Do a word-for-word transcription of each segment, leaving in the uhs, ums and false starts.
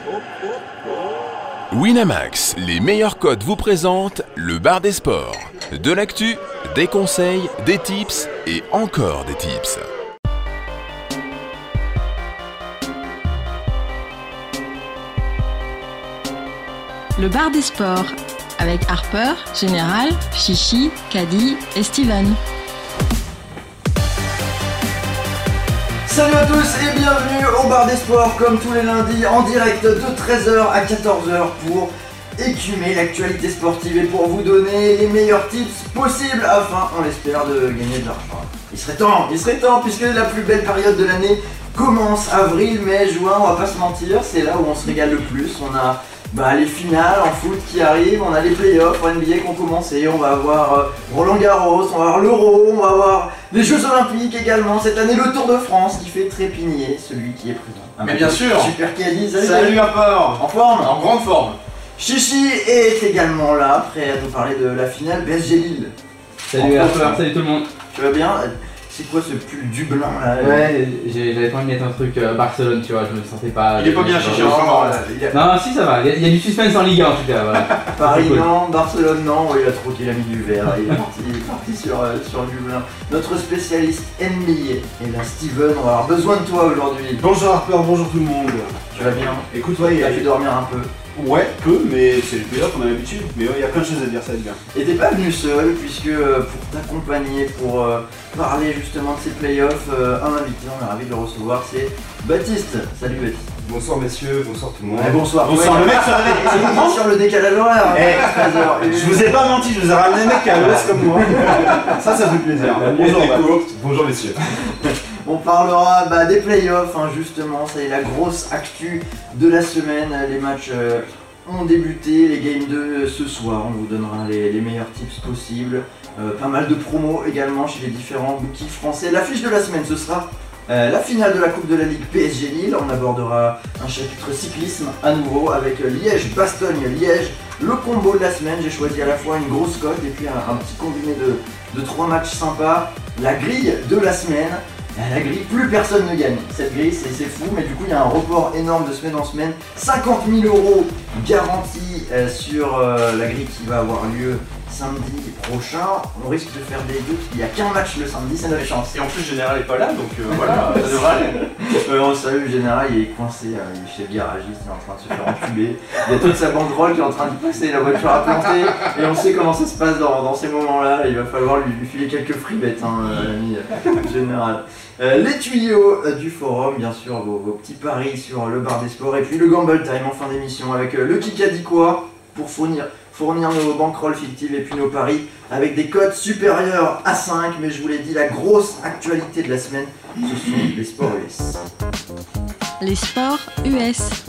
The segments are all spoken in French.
Winamax, les meilleurs codes vous présentent le bar des sports. De l'actu, des conseils, des tips et encore des tips. Le bar des sports avec Harper, Général, Chichi, Caddy et Steven. Salut à tous et bienvenue au bar des sports comme tous les lundis en direct de treize heures à quatorze heures pour écumer l'actualité sportive et pour vous donner les meilleurs tips possibles afin, on l'espère, de gagner de l'argent. Il serait temps, il serait temps puisque la plus belle période de l'année commence, avril, mai, juin, on va pas se mentir, c'est là où on se régale le plus. On a bah, les finales en foot qui arrivent, on a les playoffs en N B A qui ont commencé, on va avoir euh, Roland Garros, on va avoir l'Euro, on va avoir les Jeux Olympiques également, cette année le Tour de France qui fait trépigner celui qui est présent. Ah, mais bien sûr. Super Caddy, salut. Salut Apport. En forme. En grande forme. Chichi est également là, prêt à nous parler de la finale P S G Lille. Salut Apport, salut tout le monde. Tu vas bien? C'est quoi ce pull du blanc là? Ouais, j'ai- j'avais pas envie de mettre un truc euh, Barcelone, tu vois, je me sentais pas. Il est pas bien, Chichi, Non, vraiment. là, il a- Non, si ça va, il y, a- il y a du suspense en Ligue un en tout cas, voilà. Paris cool. non, Barcelone non, ouais, il a trop qu'il a mis du vert, il est parti, il est parti sur, euh, sur du blanc. Notre spécialiste N B A est là, Steven, on va avoir besoin de toi aujourd'hui. Bonjour Harper, bonjour tout le monde. Tu vas bien? Écoute, ouais, il y Tu a as pu dormir un peu. Ouais, peu, mais c'est les playoffs, on a l'habitude. Mais ouais, il y a plein de choses à dire, ça va être bien. Et t'es pas venu seul, puisque euh, pour t'accompagner, pour euh, parler justement de ces playoffs, euh, un invité, on est ravi de le recevoir, c'est Baptiste. Salut Baptiste. Bonsoir messieurs, bonsoir tout le monde. Ouais, bonsoir. Bonsoir, Ouais, le mec se réveille. c'est vraiment sur le décalage horaire. hein, Eh, treize heures une. Je vous ai pas menti, je vous ai ramené un mec qui est à l'ouest comme moi. Ça, ça fait plaisir. Bonjour Bap. Bonjour messieurs. On parlera bah, des playoffs, hein, justement, c'est la grosse actu de la semaine. Les matchs euh, ont débuté, les Game deux euh, ce soir. On vous donnera les, les meilleurs tips possibles. Euh, pas mal de promos également chez les différents boutiques français. L'affiche de la semaine, ce sera euh, la finale de la Coupe de la Ligue P S G Lille. On abordera un chapitre cyclisme à nouveau avec euh, Liège-Bastogne-Liège. Le combo de la semaine, j'ai choisi à la fois une grosse cote et puis un, un petit combiné de, de trois matchs sympas. La grille de la semaine. La grille, plus personne ne gagne. Cette grille, c'est c'est fou, mais du coup, il y a un report énorme de semaine en semaine. cinquante mille euros garantis euh, sur euh, la grille qui va avoir lieu samedi prochain. On risque de faire des doutes. Il n'y a qu'un match le samedi, c'est notre chance. Et en plus, Général est pas là, donc euh, voilà, ça devrait aller. Euh, on salue le général, il est coincé, euh, il est chez le garagiste, il est en train de se faire enculer. Il y a toute sa banderole qui est en train de passer, la voiture à planter. Et on sait comment ça se passe dans, dans ces moments-là. Il va falloir lui, lui filer quelques fribettes, hein, euh, l'ami euh, général. Euh, les tuyaux euh, du forum, bien sûr, vos, vos petits paris sur le bar des sports. Et puis le Gamble Time en fin d'émission avec euh, le Kika dit quoi pour fournir, fournir nos bankrolls fictives et puis nos paris avec des cotes supérieures à cinq. Mais je vous l'ai dit, la grosse actualité de la semaine, ce sont les sports U S. Les sports U S.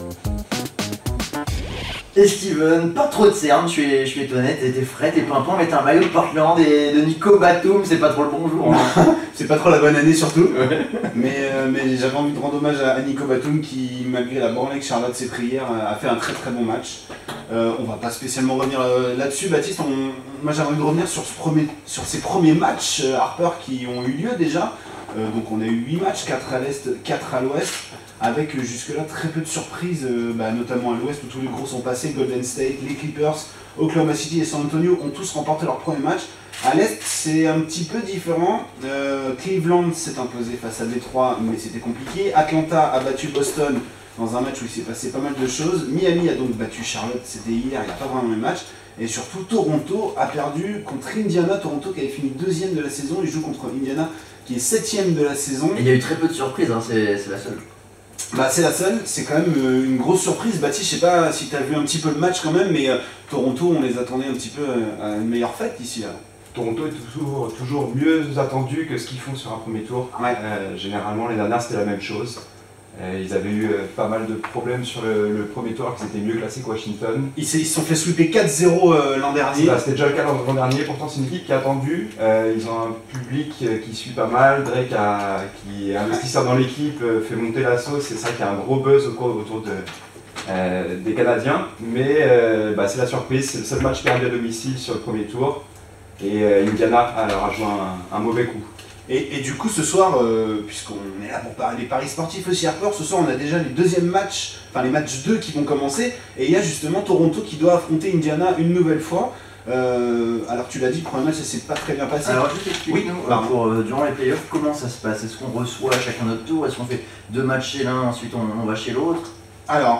Et Steven, pas trop de cernes, je suis, je suis étonné, t'es t'es frais, t'es pimpant, mais t'as un maillot de Portland et de Nico Batum, c'est pas trop le bonjour. Hein. C'est pas trop la bonne année surtout. Mais, euh, mais j'avais envie de rendre hommage à Nico Batum qui, malgré la branlée que Charlotte s'est pris hier, a fait un très très bon match. Euh, on va pas spécialement revenir euh, là-dessus, Baptiste. On, moi j'avais envie de revenir sur, ce premier, sur ces premiers matchs euh, Harper qui ont eu lieu déjà. Euh, donc on a eu huit matchs, quatre à l'est, quatre à l'ouest, avec euh, jusque-là très peu de surprises, euh, bah, notamment à l'ouest où tous les gros sont passés. Golden State, les Clippers, Oklahoma City et San Antonio ont tous remporté leur premier match. À l'est c'est un petit peu différent. Euh, Cleveland s'est imposé face à Détroit, mais c'était compliqué. Atlanta a battu Boston dans un match où il s'est passé pas mal de choses. Miami a donc battu Charlotte, c'était hier, il n'y a pas vraiment le match. Et surtout, Toronto a perdu contre Indiana. Toronto qui avait fini deuxième de la saison, il joue contre Indiana qui est septième de la saison. Et il y a eu très peu de surprises, hein, c'est c'est la seule. Bah c'est la seule, c'est quand même euh, une grosse surprise. Baptiste, je sais pas si tu as vu un petit peu le match quand même, mais euh, Toronto, on les attendait un petit peu euh, à une meilleure fête ici. Là. Toronto est toujours, toujours mieux attendu que ce qu'ils font sur un premier tour. Ouais. Euh, généralement, les dernières, c'était la même chose. Euh, ils avaient eu euh, pas mal de problèmes sur le, le premier tour, alors qu'ils étaient mieux classés que Washington. Ils se sont fait sweeper quatre zéro euh, l'an dernier. Bah, c'était déjà le cas l'an dernier, pourtant c'est une équipe qui a attendu. Euh, ils ont un public euh, qui suit pas mal. Drake, a, qui est investisseur dans l'équipe, euh, fait monter la sauce. C'est ça qui a un gros buzz autour, autour de, euh, des Canadiens. Mais euh, bah, c'est la surprise, c'est le seul match perdu à domicile sur le premier tour. Et euh, Indiana alors, a joué un, un mauvais coup. Et, et du coup, ce soir, euh, puisqu'on est là pour parler des paris sportifs aussi, Harper, ce soir on a déjà les deuxièmes matchs, enfin les matchs deux qui vont commencer, et il y a justement Toronto qui doit affronter Indiana une nouvelle fois. Euh, alors tu l'as dit, le premier match ça s'est pas très bien passé. Alors juste explique-nous, Oui, euh, pardon. pour, euh, durant les playoffs, comment ça se passe? Est-ce qu'on reçoit chacun notre tour? Est-ce qu'on fait deux matchs chez l'un, ensuite on, on va chez l'autre? Alors,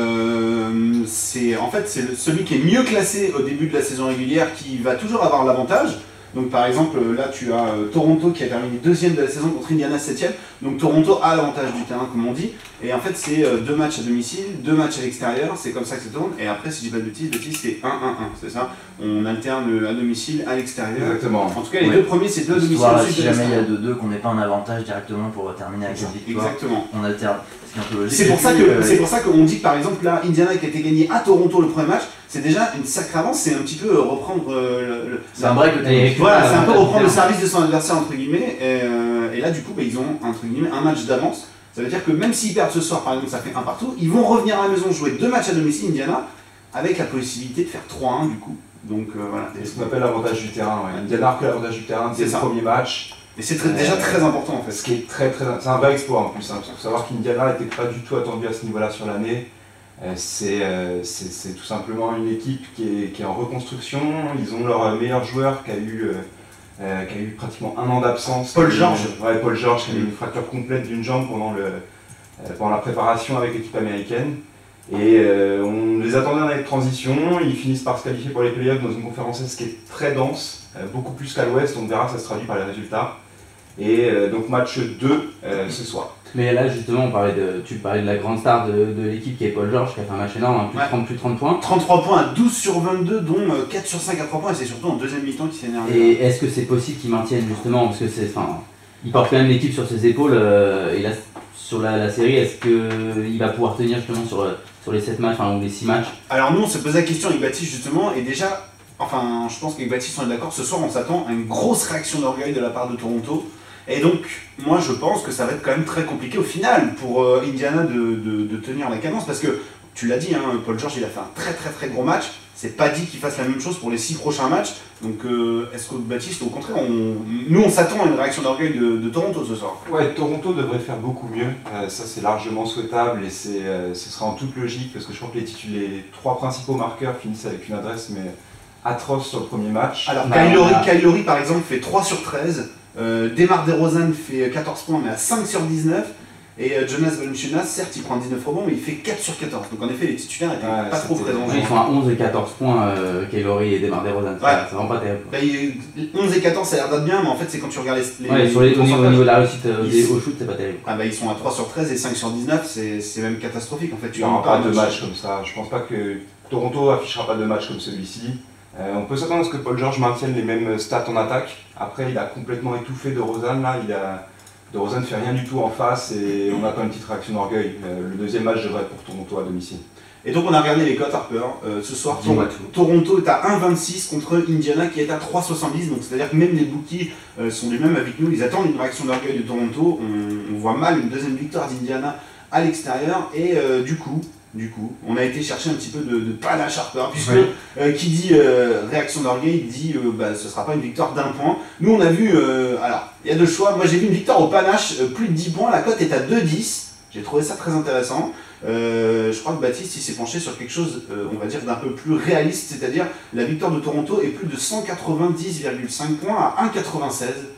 euh, c'est en fait c'est le- celui qui est mieux classé au début de la saison régulière qui va toujours avoir l'avantage. Donc par exemple, là tu as euh, Toronto qui a terminé deuxième de la saison contre Indiana septième. Donc Toronto a l'avantage du terrain comme on dit. Et en fait c'est euh, deux matchs à domicile, deux matchs à l'extérieur, c'est comme ça que ça tourne. Et après si je dis pas de bêtises, bêtises c'est un un un, c'est ça. On alterne à domicile, à l'extérieur. Exactement. En tout cas les Ouais. deux premiers c'est deux à domicile, Histoire, ensuite si de jamais il y a l'extérieur. deux deux, qu'on n'ait pas un avantage directement pour terminer avec cette victoire. Exactement. On alterne. C'est un peu logique. C'est pour, Et ça puis, que, euh, c'est pour ça qu'on dit que par exemple là, Indiana qui a été gagné à Toronto le premier match, c'est déjà une sacrée avance, c'est un petit peu euh, reprendre euh, le, le- c'est un break le tennis. Voilà, c'est un peu l'avantage reprendre le du terrain. service de son adversaire entre guillemets, et, euh, et là du coup bah, ils ont entre guillemets un match d'avance. Ça veut dire que même s'ils perdent ce soir, par exemple ça fait un partout, ils vont revenir à la maison jouer deux matchs à domicile Indiana, avec la possibilité de faire trois un du coup. Donc euh, voilà. C'est ce qu'on appelle l'avantage du terrain. Ouais. Indiana a pris l'avantage du terrain dès C'est le ça. premier match. Et c'est très- déjà Euh, très important en fait. Ce qui est très très c'est un vrai exploit en plus. Il hein, faut savoir qu'Indiana n'était pas du tout attendu à ce niveau-là sur l'année. Euh, c'est, euh, c'est, c'est tout simplement une équipe qui est, qui est en reconstruction. Ils ont leur meilleur joueur qui a eu, euh, euh, qui a eu pratiquement un an d'absence. Paul Qui- George. Ouais, Paul George qui a eu Mm. une fracture complète d'une jambe pendant, le, euh, pendant la préparation avec l'équipe américaine. Et euh, on les attendait en année de transition. Ils finissent par se qualifier pour les playoffs dans une conférence Est qui est très dense, euh, beaucoup plus qu'à l'Ouest. On verra, ça se traduit par les résultats. Et euh, donc match deux euh, ce soir. Mais là, justement, on parlait de, tu parlais de la grande star de, de l'équipe qui est Paul George, qui a fait un match énorme, hein, plus, Ouais. de trente, plus de trente points. trente-trois points à douze sur vingt-deux, dont euh, quatre sur cinq à trois points, et c'est surtout en deuxième mi-temps qu'il s'est énervé. Et est-ce que c'est possible qu'ils maintiennent justement, parce que c'est, enfin, il porte quand même l'équipe sur ses épaules, euh, et là, sur la, la série, est-ce qu'il va pouvoir tenir justement sur, sur les sept matchs, enfin, ou les six matchs? Alors nous on s'est posé la question avec Baptiste justement, et déjà, enfin je pense qu'avec Baptiste on est d'accord, ce soir on s'attend à une grosse réaction d'orgueil de la part de Toronto, et donc moi je pense que ça va être quand même très compliqué au final pour euh, Indiana de, de, de tenir la cadence, parce que tu l'as dit, hein, Paul George il a fait un très très très gros match, c'est pas dit qu'il fasse la même chose pour les six prochains matchs, donc euh, est-ce que Baptiste au contraire, on, nous on s'attend à une réaction d'orgueil de, de Toronto ce soir? Ouais, Toronto devrait faire beaucoup mieux. Euh, ça, c'est largement souhaitable et c'est, euh, ce sera en toute logique parce que je crois que les, titu- les trois principaux marqueurs finissent avec une adresse mais atroce sur le premier match. Alors Bah, Kyle Lowry, on a- Kyle Lowry, par exemple fait trois sur treize, euh, Demar DeRozan fait quatorze points mais à cinq sur dix-neuf, et euh, Jonas Valanciunas certes il prend dix-neuf rebonds mais il fait quatre sur quatorze, donc en effet les titulaires étaient Ouais, pas trop c'était- présents. Oui, ils sont à onze et quatorze points, euh, Kaylori et Demar DeRozan, Ouais. c'est vraiment pas terrible. Bah, il- onze et quatorze ça a l'air d'être bien, mais en fait c'est quand tu regardes les, les, Ouais, sur les, au, niveau, au pourcentages. niveau de la réussite euh, Ils- des- au shoot, c'est pas terrible. Ah bah ils sont à trois sur treize et cinq sur dix-neuf, c'est c'est même catastrophique en fait. Il n'y aura gagnes pas un de match. match comme ça. Je pense pas que Toronto affichera pas de match comme celui-ci. Euh, on peut s'attendre à ce que Paul George maintienne les mêmes stats en attaque. Après, il a complètement étouffé DeRozan là. Il a DeRozan ne fait rien du tout en face et on attend une petite réaction d'orgueil. Euh, le deuxième match devrait être pour Toronto à domicile. Et donc on a regardé les cotes Harper, euh, ce soir Dis-moi Tor- tout. Toronto est à un virgule vingt-six contre Indiana qui est à trois virgule soixante-dix, donc c'est à dire que même les bookies euh, sont du même avec nous, ils attendent une réaction d'orgueil de Toronto, on, on voit mal une deuxième victoire d'Indiana à l'extérieur, et euh, du coup, du coup, on a été chercher un petit peu de, de panache Harper, puisque Oui. euh, qui dit euh, réaction d'orgueil dit euh, bah, ce sera pas une victoire d'un point. Nous on a vu, euh, alors il y a deux choix, moi j'ai vu une victoire au panache, euh, plus de dix points, la cote est à deux virgule dix, j'ai trouvé ça très intéressant. Euh, je crois que Baptiste il s'est penché sur quelque chose, euh, on va dire, d'un peu plus réaliste, c'est-à-dire la victoire de Toronto est plus de cent quatre-vingt-dix virgule cinq points à un virgule quatre-vingt-seize.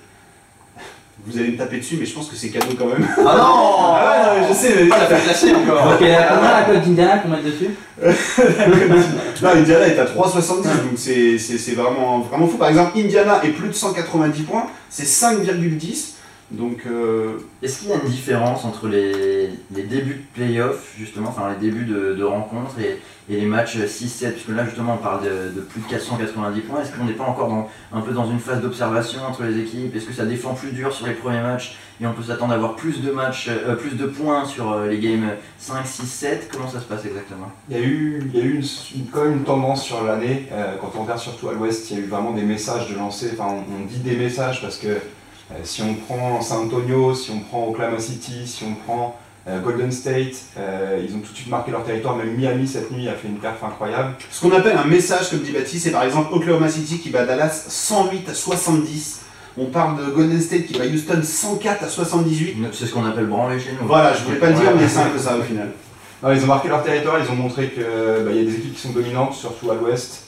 Vous allez me taper dessus, mais je pense que c'est cadeau quand même. Ah non Ah ouais, non, mais je sais, mais Pas la fait clasher encore. Ok, combien la cote d'Indiana qu'on met dessus? non, Indiana est à trois virgule soixante-dix, donc c'est c'est- c'est vraiment, vraiment fou. Par exemple, Indiana est plus de cent quatre-vingt-dix points, c'est cinq virgule dix. Donc, euh, Est-ce qu'il y a une différence entre les, les débuts de playoff, justement, enfin les débuts de, de rencontres et, et les matchs six sept, puisque là justement on parle de, de plus de quatre cent quatre-vingt-dix points, est-ce qu'on n'est pas encore dans, un peu dans une phase d'observation entre les équipes? Est-ce que ça défend plus dur sur les premiers matchs et on peut s'attendre à avoir plus de matchs, euh, plus de points sur euh, les games cinq, six, sept? Comment ça se passe exactement? Il y a eu, il y a eu une, une- quand même une tendance sur l'année. Euh, quand on regarde surtout à l'Ouest, il y a eu vraiment des messages de lancer. Enfin, on, on dit des messages parce que euh, si on prend San Antonio, si on prend Oklahoma City, si on prend euh, Golden State, euh, ils ont tout de suite marqué leur territoire. Même Miami cette nuit a fait une perf incroyable. ce qu'on appelle un message, comme dit Baptiste, c'est par exemple Oklahoma City qui bat Dallas cent huit à soixante-dix. On parle de Golden State qui bat Houston cent quatre à soixante-dix-huit. C'est ce qu'on appelle branler chez nous. Voilà, je voulais pas le dire, mais c'est un peu ça au final. Non, ils ont marqué leur territoire, ils ont montré qu'il bah, y a des équipes qui sont dominantes, surtout à l'ouest.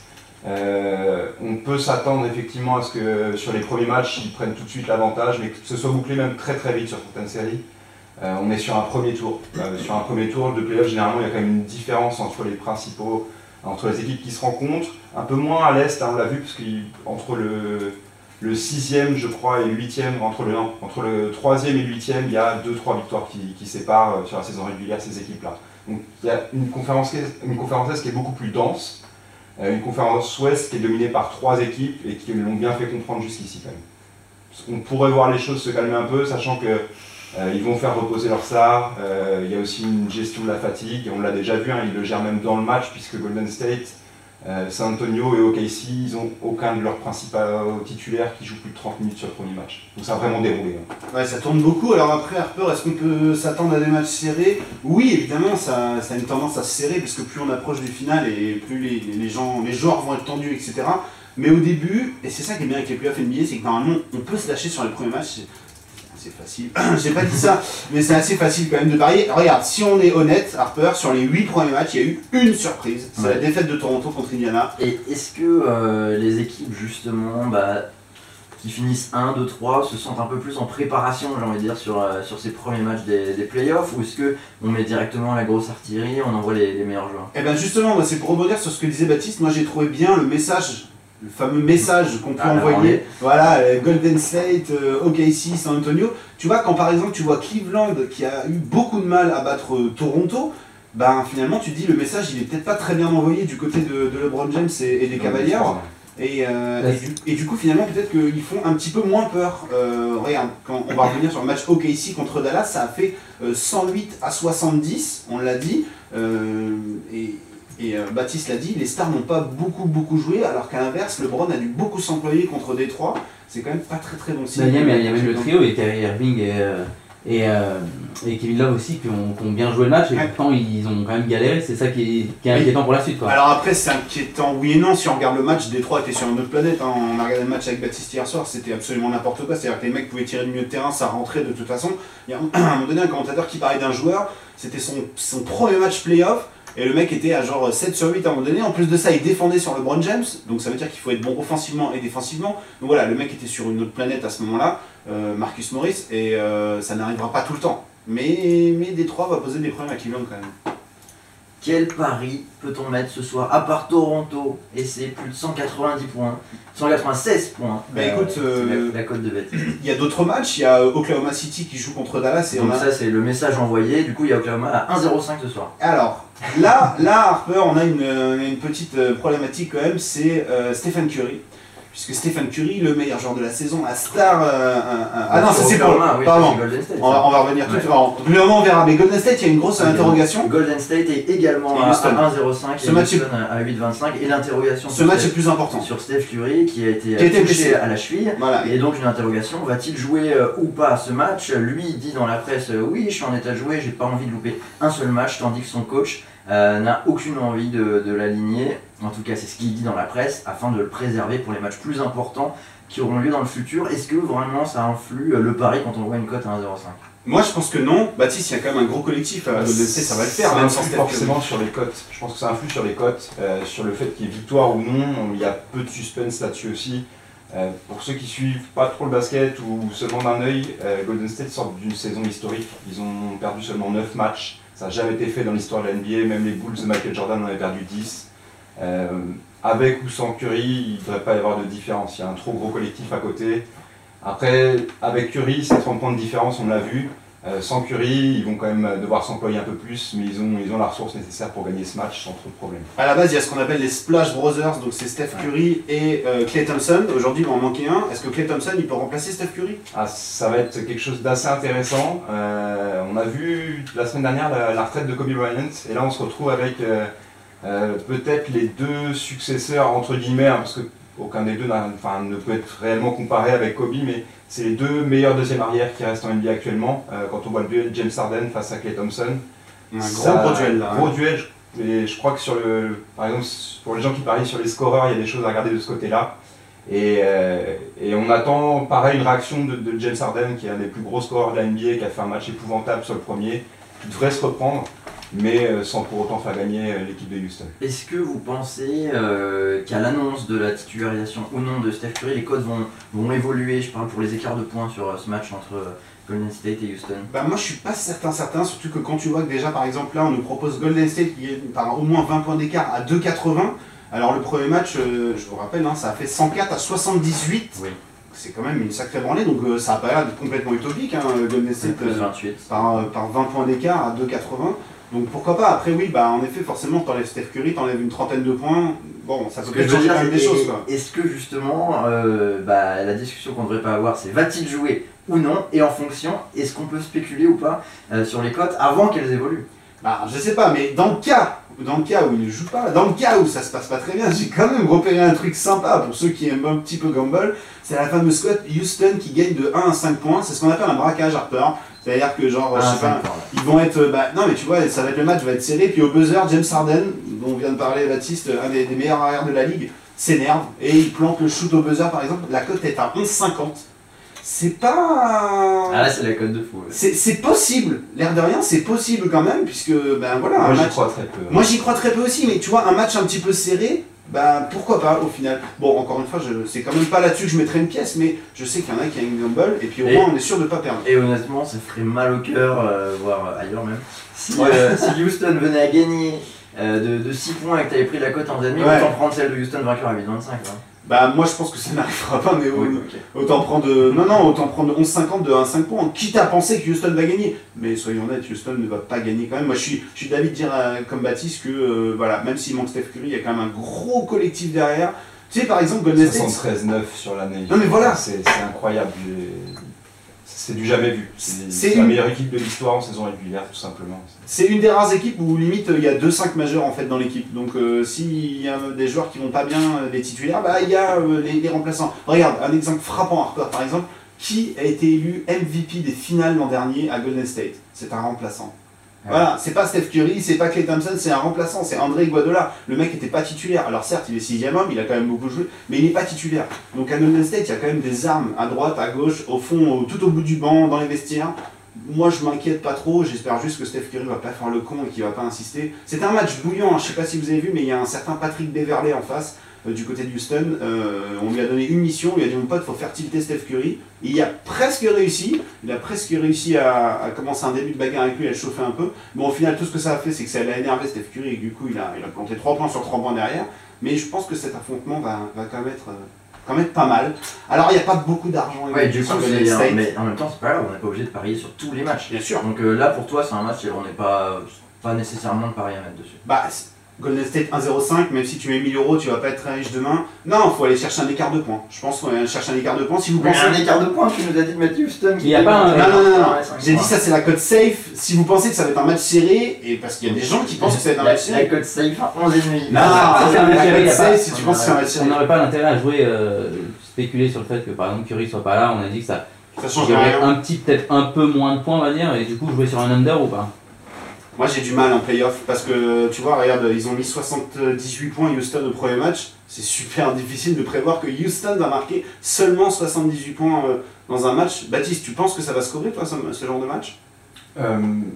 Euh, on peut s'attendre effectivement à ce que sur les premiers matchs, ils prennent tout de suite l'avantage, mais que ce soit bouclé même très très vite sur certaines séries. Euh, on est sur un premier tour. Euh, sur un premier tour de play-off, généralement, il y a quand même une différence entre les principaux, entre les équipes qui se rencontrent. Un peu moins à l'est, hein, on l'a vu, parce qu'entre le, le sixième, je crois, et le huitième, entre le, non, entre le troisième et le huitième, il y a deux trois victoires qui, qui séparent euh, sur la saison régulière ces équipes-là. Donc il y a une conférence, une conférence est qui est beaucoup plus dense, euh, une conférence ouest qui est dominée par trois équipes et qui l'ont bien fait comprendre jusqu'ici quand même. On pourrait voir les choses se calmer un peu, sachant que Euh, ils vont faire reposer leurs stars, euh, il y a aussi une gestion de la fatigue, et on l'a déjà vu, hein, ils le gèrent même dans le match, puisque Golden State, euh, San Antonio et O K C, ils n'ont aucun de leurs principaux titulaires qui joue plus de trente minutes sur le premier match. Donc ça a vraiment déroulé. Hein. Ouais, ça tourne beaucoup. Alors après, Harper, est-ce qu'on peut s'attendre à des matchs serrés? Oui, évidemment, ça, ça a une tendance à se serrer, parce que plus on approche du final, et plus les, les, gens, les joueurs vont être tendus, et cetera. Mais au début, et c'est ça qui est bien avec les playoffs N B A, c'est que normalement, on peut se lâcher sur les premiers matchs. C'est facile, j'ai pas dit ça, mais c'est assez facile quand même de parier. Regarde, si on est honnête, Harper, sur les huit premiers matchs, il y a eu une surprise, c'est ouais. la défaite de Toronto contre Indiana. Et est-ce que euh, les équipes justement bah, qui finissent un, deux, trois se sentent un peu plus en préparation, j'ai envie de dire, sur, euh, sur ces premiers matchs des, des playoffs, ou est-ce qu'on met directement la grosse artillerie, on envoie les, les meilleurs joueurs? Eh bien justement, c'est pour rebondir sur ce que disait Baptiste, moi j'ai trouvé bien le message. Le fameux message qu'on peut ah, envoyer, voilà, Golden State, euh, O K C, San Antonio. Tu vois, quand par exemple tu vois Cleveland qui a eu beaucoup de mal à battre euh, Toronto, ben finalement tu te dis le message il est peut-être pas très bien envoyé du côté de, de LeBron James et, et des Cavaliers. Et, euh, et, du, et du coup finalement peut-être qu'ils font un petit peu moins peur. Euh, regarde, quand on va revenir sur le match O K C contre Dallas, ça a fait euh, cent huit à soixante-dix, on l'a dit. Euh, et, Et euh, Baptiste l'a dit, les stars n'ont pas beaucoup beaucoup joué, alors qu'à l'inverse, LeBron a dû beaucoup s'employer contre Détroit. C'est quand même pas très très bon signe. Il y a même le trio, et Kyrie Irving et, euh, et, euh, et Kevin Love aussi, qui ont, qui ont bien joué le match, et ouais. pourtant ils ont quand même galéré. C'est ça qui est, qui est inquiétant pour la suite. Quoi. Alors après, c'est inquiétant, oui et non. Si on regarde le match, Détroit était sur une autre planète. Hein. On a regardé le match avec Baptiste hier soir, c'était absolument n'importe quoi. C'est-à-dire que les mecs pouvaient tirer du milieu de terrain, ça rentrait de toute façon. Il y a à un moment donné un commentateur qui parlait d'un joueur, c'était son, son premier match playoff. Et le mec était à genre sept sur huit à un moment donné. En plus de ça, il défendait sur LeBron James. Donc ça veut dire qu'il faut être bon offensivement et défensivement. Donc voilà, le mec était sur une autre planète à ce moment-là, euh, Marcus Morris. Et euh, ça n'arrivera pas tout le temps. Mais, mais Détroit va poser des problèmes à Cleveland quand même. Quel pari peut-on mettre ce soir, à part Toronto, et c'est plus de cent quatre-vingt-dix points, cent quatre-vingt-seize points. Bah euh, écoute, euh, la, la cote de Baptiste. Il y a d'autres matchs, il y a Oklahoma City qui joue contre Dallas. Et donc on a... ça c'est le message envoyé, du coup il y a Oklahoma à un zéro cinq ce soir. Alors, là, là Harper, on a une, une petite problématique quand même, c'est euh, Stephen Curry. Puisque Stephen Curry, le meilleur joueur de la saison, la star... Euh, euh, ah non, ça c'est pour... Oui, pardon, Golden State, on va, on va revenir tout de suite. Alors, le moment on verra, mais Golden State, il y a une grosse interrogation. Golden State est également et à un zéro cinq ce et match Houston est... à huit vingt-cinq. Et l'interrogation ce match Steph, est plus important. Sur Steph Curry, qui a été, qui a été touché à la cheville. Voilà. Et donc une interrogation, va-t-il jouer euh, ou pas ce match? Lui dit dans la presse, euh, oui, je suis en état de jouer, j'ai pas envie de louper un seul match, tandis que son coach Euh, n'a aucune envie de, de l'aligner, en tout cas c'est ce qu'il dit dans la presse, afin de le préserver pour les matchs plus importants qui auront lieu dans le futur. Est-ce que vraiment ça influe le pari quand on voit une cote à un zéro cinq? Moi je pense que non. Baptiste, il y a quand même un gros collectif à Golden State, ça va le faire. Ça même influe sans forcément sur les cotes. Je pense que ça influe sur les cotes, euh, sur le fait qu'il y ait victoire ou non. Il y a peu de suspense là-dessus aussi. Euh, pour ceux qui suivent pas trop le basket ou seulement d'un œil, euh, Golden State sort d'une saison historique. Ils ont perdu seulement neuf matchs. Ça n'a jamais été fait dans l'histoire de la N B A, même les Bulls de Michael Jordan en avaient perdu dix. Euh, avec ou sans Curry, il ne devrait pas y avoir de différence, il y a un trop gros collectif à côté. Après, avec Curry, c'est trente points de différence, on l'a vu. Euh, sans Curry, ils vont quand même devoir s'employer un peu plus, mais ils ont, ils ont la ressource nécessaire pour gagner ce match sans trop de problème. À la base, il y a ce qu'on appelle les Splash Brothers, donc c'est Steph Curry et euh, Klay Thompson. Aujourd'hui, il va en manquer un. Est-ce que Klay Thompson, il peut remplacer Steph Curry? Ah, ça va être quelque chose d'assez intéressant. Euh, on a vu la semaine dernière la, la retraite de Kobe Bryant, et là on se retrouve avec euh, euh, peut-être les deux successeurs, entre guillemets, hein, parce que aucun des deux enfin, ne peut être réellement comparé avec Kobe, mais c'est les deux meilleurs deuxième arrières qui restent en N B A actuellement. Euh, quand on voit le duel James Harden face à Klay Thompson, un gros, gros duel là. Gros hein. duel, et je crois que sur le, par exemple, pour les gens qui parient sur les scoreurs, il y a des choses à regarder de ce côté-là. Et, euh, et on attend pareil une réaction de, de James Harden, qui est un des plus gros scoreurs de la N B A, qui a fait un match épouvantable sur le premier, qui devrait se reprendre, mais euh, sans pour autant faire gagner euh, l'équipe de Houston. Est-ce que vous pensez euh, qu'à l'annonce de la titularisation ou non de Steph Curry, les codes vont, vont évoluer? Je parle pour les écarts de points sur euh, ce match entre euh, Golden State et Houston. Bah moi je suis pas certain certain, surtout que quand tu vois que déjà par exemple là on nous propose Golden State qui est par au moins vingt points d'écart à deux quatre-vingts. Alors le premier match, euh, je vous rappelle, hein, ça a fait cent quatre à soixante-dix-huit. Oui. C'est quand même une sacrée branlée, donc euh, ça a pas l'air d'être complètement utopique, hein, Golden State plus euh, vingt-huit. par, par vingt points d'écart à deux quatre-vingts. Donc pourquoi pas. Après oui, bah en effet forcément t'enlèves Steph Curry, t'enlèves une trentaine de points. Bon, ça peut Ce que je peut-être veux changer dire, quand même des c'est- choses quoi. est-ce que justement, euh, bah, la discussion qu'on devrait pas avoir, c'est va-t-il jouer ou non? Et en fonction, est-ce qu'on peut spéculer ou pas euh, sur les cotes avant qu'elles évoluent? Bah je sais pas, mais dans le cas, dans le cas où il ne joue pas, dans le cas où ça se passe pas très bien, j'ai quand même repéré un truc sympa pour ceux qui aiment un petit peu gamble. C'est la fameuse cote Houston qui gagne de un à cinq points. C'est ce qu'on appelle un braquage Harper. C'est-à-dire que genre, Ah, je sais cinq pas, points, ouais. ils vont être, bah non mais tu vois, ça va être le match va être serré. Puis au buzzer, James Harden, dont vient de parler Baptiste, un des, des meilleurs arrières de la ligue, s'énerve et il plante le shoot au buzzer par exemple. La cote est à onze cinquante. C'est pas. Ah là, c'est la cote de fou. Ouais. C'est c'est possible, l'air de rien, c'est possible quand même, puisque ben voilà, un Moi j'y match. crois très peu. Moi j'y crois très peu aussi, mais tu vois, un match un petit peu serré, ben pourquoi pas au final. Bon, encore une fois, je, c'est quand même pas là-dessus que je mettrais une pièce, mais je sais qu'il y en a qui a une gamble, et puis au Et- moins on est sûr de pas perdre. Et honnêtement, ça ferait mal au cœur, euh, voire ailleurs même. Si, Ouais. euh, si Houston venait à gagner euh, de, de six points et que tu avais pris la cote en demi, Ouais. autant prendre celle de Houston vainqueur à huit vingt-cinq. Hein. Bah moi je pense que ça n'arrivera pas, mais Oui, au- ok. autant prendre. Non, non, autant prendre onze cinquante de un à cinq points, quitte à penser que Houston va gagner. Mais soyons honnêtes, Houston ne va pas gagner quand même. Moi je suis, je suis d'avis de dire euh, comme Baptiste que euh, voilà, même s'il manque Steph Curry, il y a quand même un gros collectif derrière. Tu sais, par exemple, Golden State. soixante-treize neuf sur l'année. Non, mais voilà. C'est c'est incroyable. J'ai- C'est du jamais vu. C'est C'est c'est la une- meilleure équipe de l'histoire en saison régulière, tout simplement. C'est une des rares équipes où limite il y a deux cinq majeurs en fait dans l'équipe. Donc euh, s'il y a des joueurs qui vont pas bien, euh, des titulaires, bah il y a euh, les, les remplaçants. Regarde, un exemple frappant Harper par exemple, qui a été élu M V P des finales l'an dernier à Golden State. C'est un remplaçant. Ouais. Voilà, c'est pas Steph Curry, c'est pas Klay Thompson, c'est un remplaçant, c'est André Iguodala. Le mec était pas titulaire. Alors certes, il est sixième homme, il a quand même beaucoup joué, mais il n'est pas titulaire. Donc à Golden State, il y a quand même des armes à droite, à gauche, au fond, au- tout au bout du banc, dans les vestiaires. Moi, je m'inquiète pas trop. J'espère juste que Steph Curry va pas faire le con et qu'il va pas insister. C'était un match bouillant. Hein. Je sais pas si vous avez vu, mais il y a un certain Patrick Beverley en face euh, du côté de Houston. Euh, on lui a donné une mission. On lui a dit mon pote, faut faire tilter Steph Curry. Et il a presque réussi. Il a presque réussi à, à commencer un début de bagarre avec lui, à le chauffer un peu. Bon, au final, tout ce que ça a fait, c'est que ça l'a énervé Steph Curry et du coup, il a, il a planté trois points sur trois points derrière. Mais je pense que cet affrontement va, va quand même être. Euh, quand même pas mal. Alors il n'y a pas beaucoup d'argent Ouais, du coup, sur Golden c'est- State. mais en même temps, c'est pas grave, on n'est pas obligé de parier sur tous les matchs. Bien sûr. Donc euh, là, pour toi, c'est un match, on n'est pas, pas nécessairement de pari à mettre dessus. Bah, c'est- Golden State un zéro cinq, même si tu mets mille euros, tu vas pas être très riche demain. Non, il faut aller chercher un écart de points. Je pense qu'il faut aller chercher un écart de points. Si vous Mais pensez. un écart de points, tu nous as dit de mettre Houston. Il y a pas un- Non, non, non, non. Ouais, cinq J'ai dit points. ça, c'est la cote safe. Si vous pensez que ça va être un match serré, et parce qu'il y a des gens qui pensent que ça va être un La- match La serré. cote safe à onze virgule cinq. Non, ça, c'est un match la serré, cote y a safe, pas- si tu penses que c'est un match On serré. n'aurait pas l'intérêt à jouer, euh, spéculer sur le fait que par exemple Curry soit pas là. On a dit que ça Ça il change y aurait rien. un petit, peut-être un peu moins de points, on va dire, et du coup jouer sur un under ou pas. Moi j'ai du mal en playoff parce que tu vois, regarde, ils ont mis soixante-dix-huit points Houston au premier match. C'est super difficile de prévoir que Houston va marquer seulement soixante-dix-huit points euh, dans un match. Baptiste, tu penses que ça va scorer toi ce, ce genre de match? Euh,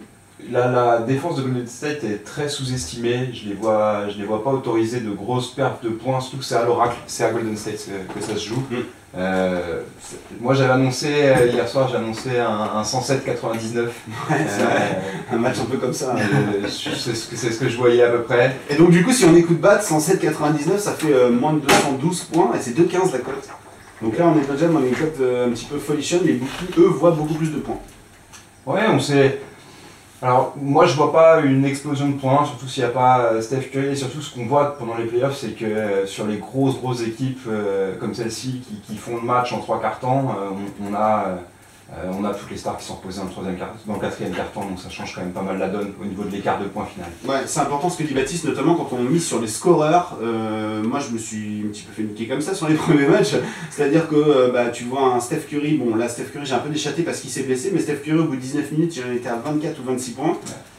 la, la défense de Golden State est très sous-estimée. Je les vois, je les vois pas autoriser de grosses pertes de points, surtout que c'est à l'Oracle, c'est à Golden State que, que ça se joue. Mm. Euh, c'est- moi j'avais annoncé euh, hier soir, j'ai annoncé un, un cent sept quatre-vingt-dix-neuf. Ouais, c'est vrai. Euh, Un match un peu comme ça. euh, c'est ce que c'est ce que je voyais à peu près. Et donc du coup, si on écoute battre cent sept quatre-vingt-dix-neuf, ça fait euh, moins de deux cent douze points et c'est deux virgule quinze la cote. Donc là, on est déjà dans une cote euh, un petit peu folichonne, mais beaucoup, eux voient beaucoup plus de points. Ouais, on sait. Alors, moi je vois pas une explosion de points, surtout s'il n'y a pas euh, Steph Curry, et surtout ce qu'on voit pendant les playoffs, c'est que euh, sur les grosses grosses équipes euh, comme celle-ci qui, qui font le match en trois quarts temps, euh, on, on a euh, euh, on a toutes les stars qui sont reposées dans le troisième quart, dans le quatrième quart temps, donc ça change quand même pas mal la donne au niveau de l'écart de points final. Ouais, c'est important ce que dit Baptiste, notamment quand on mise sur les scoreurs. Euh, moi, je me suis un petit peu fait niquer comme ça sur les premiers matchs. C'est-à-dire que euh, bah, tu vois un Steph Curry, bon là Steph Curry j'ai un peu déchatté parce qu'il s'est blessé, mais Steph Curry au bout de dix-neuf minutes il en était à vingt-quatre ou vingt-six points.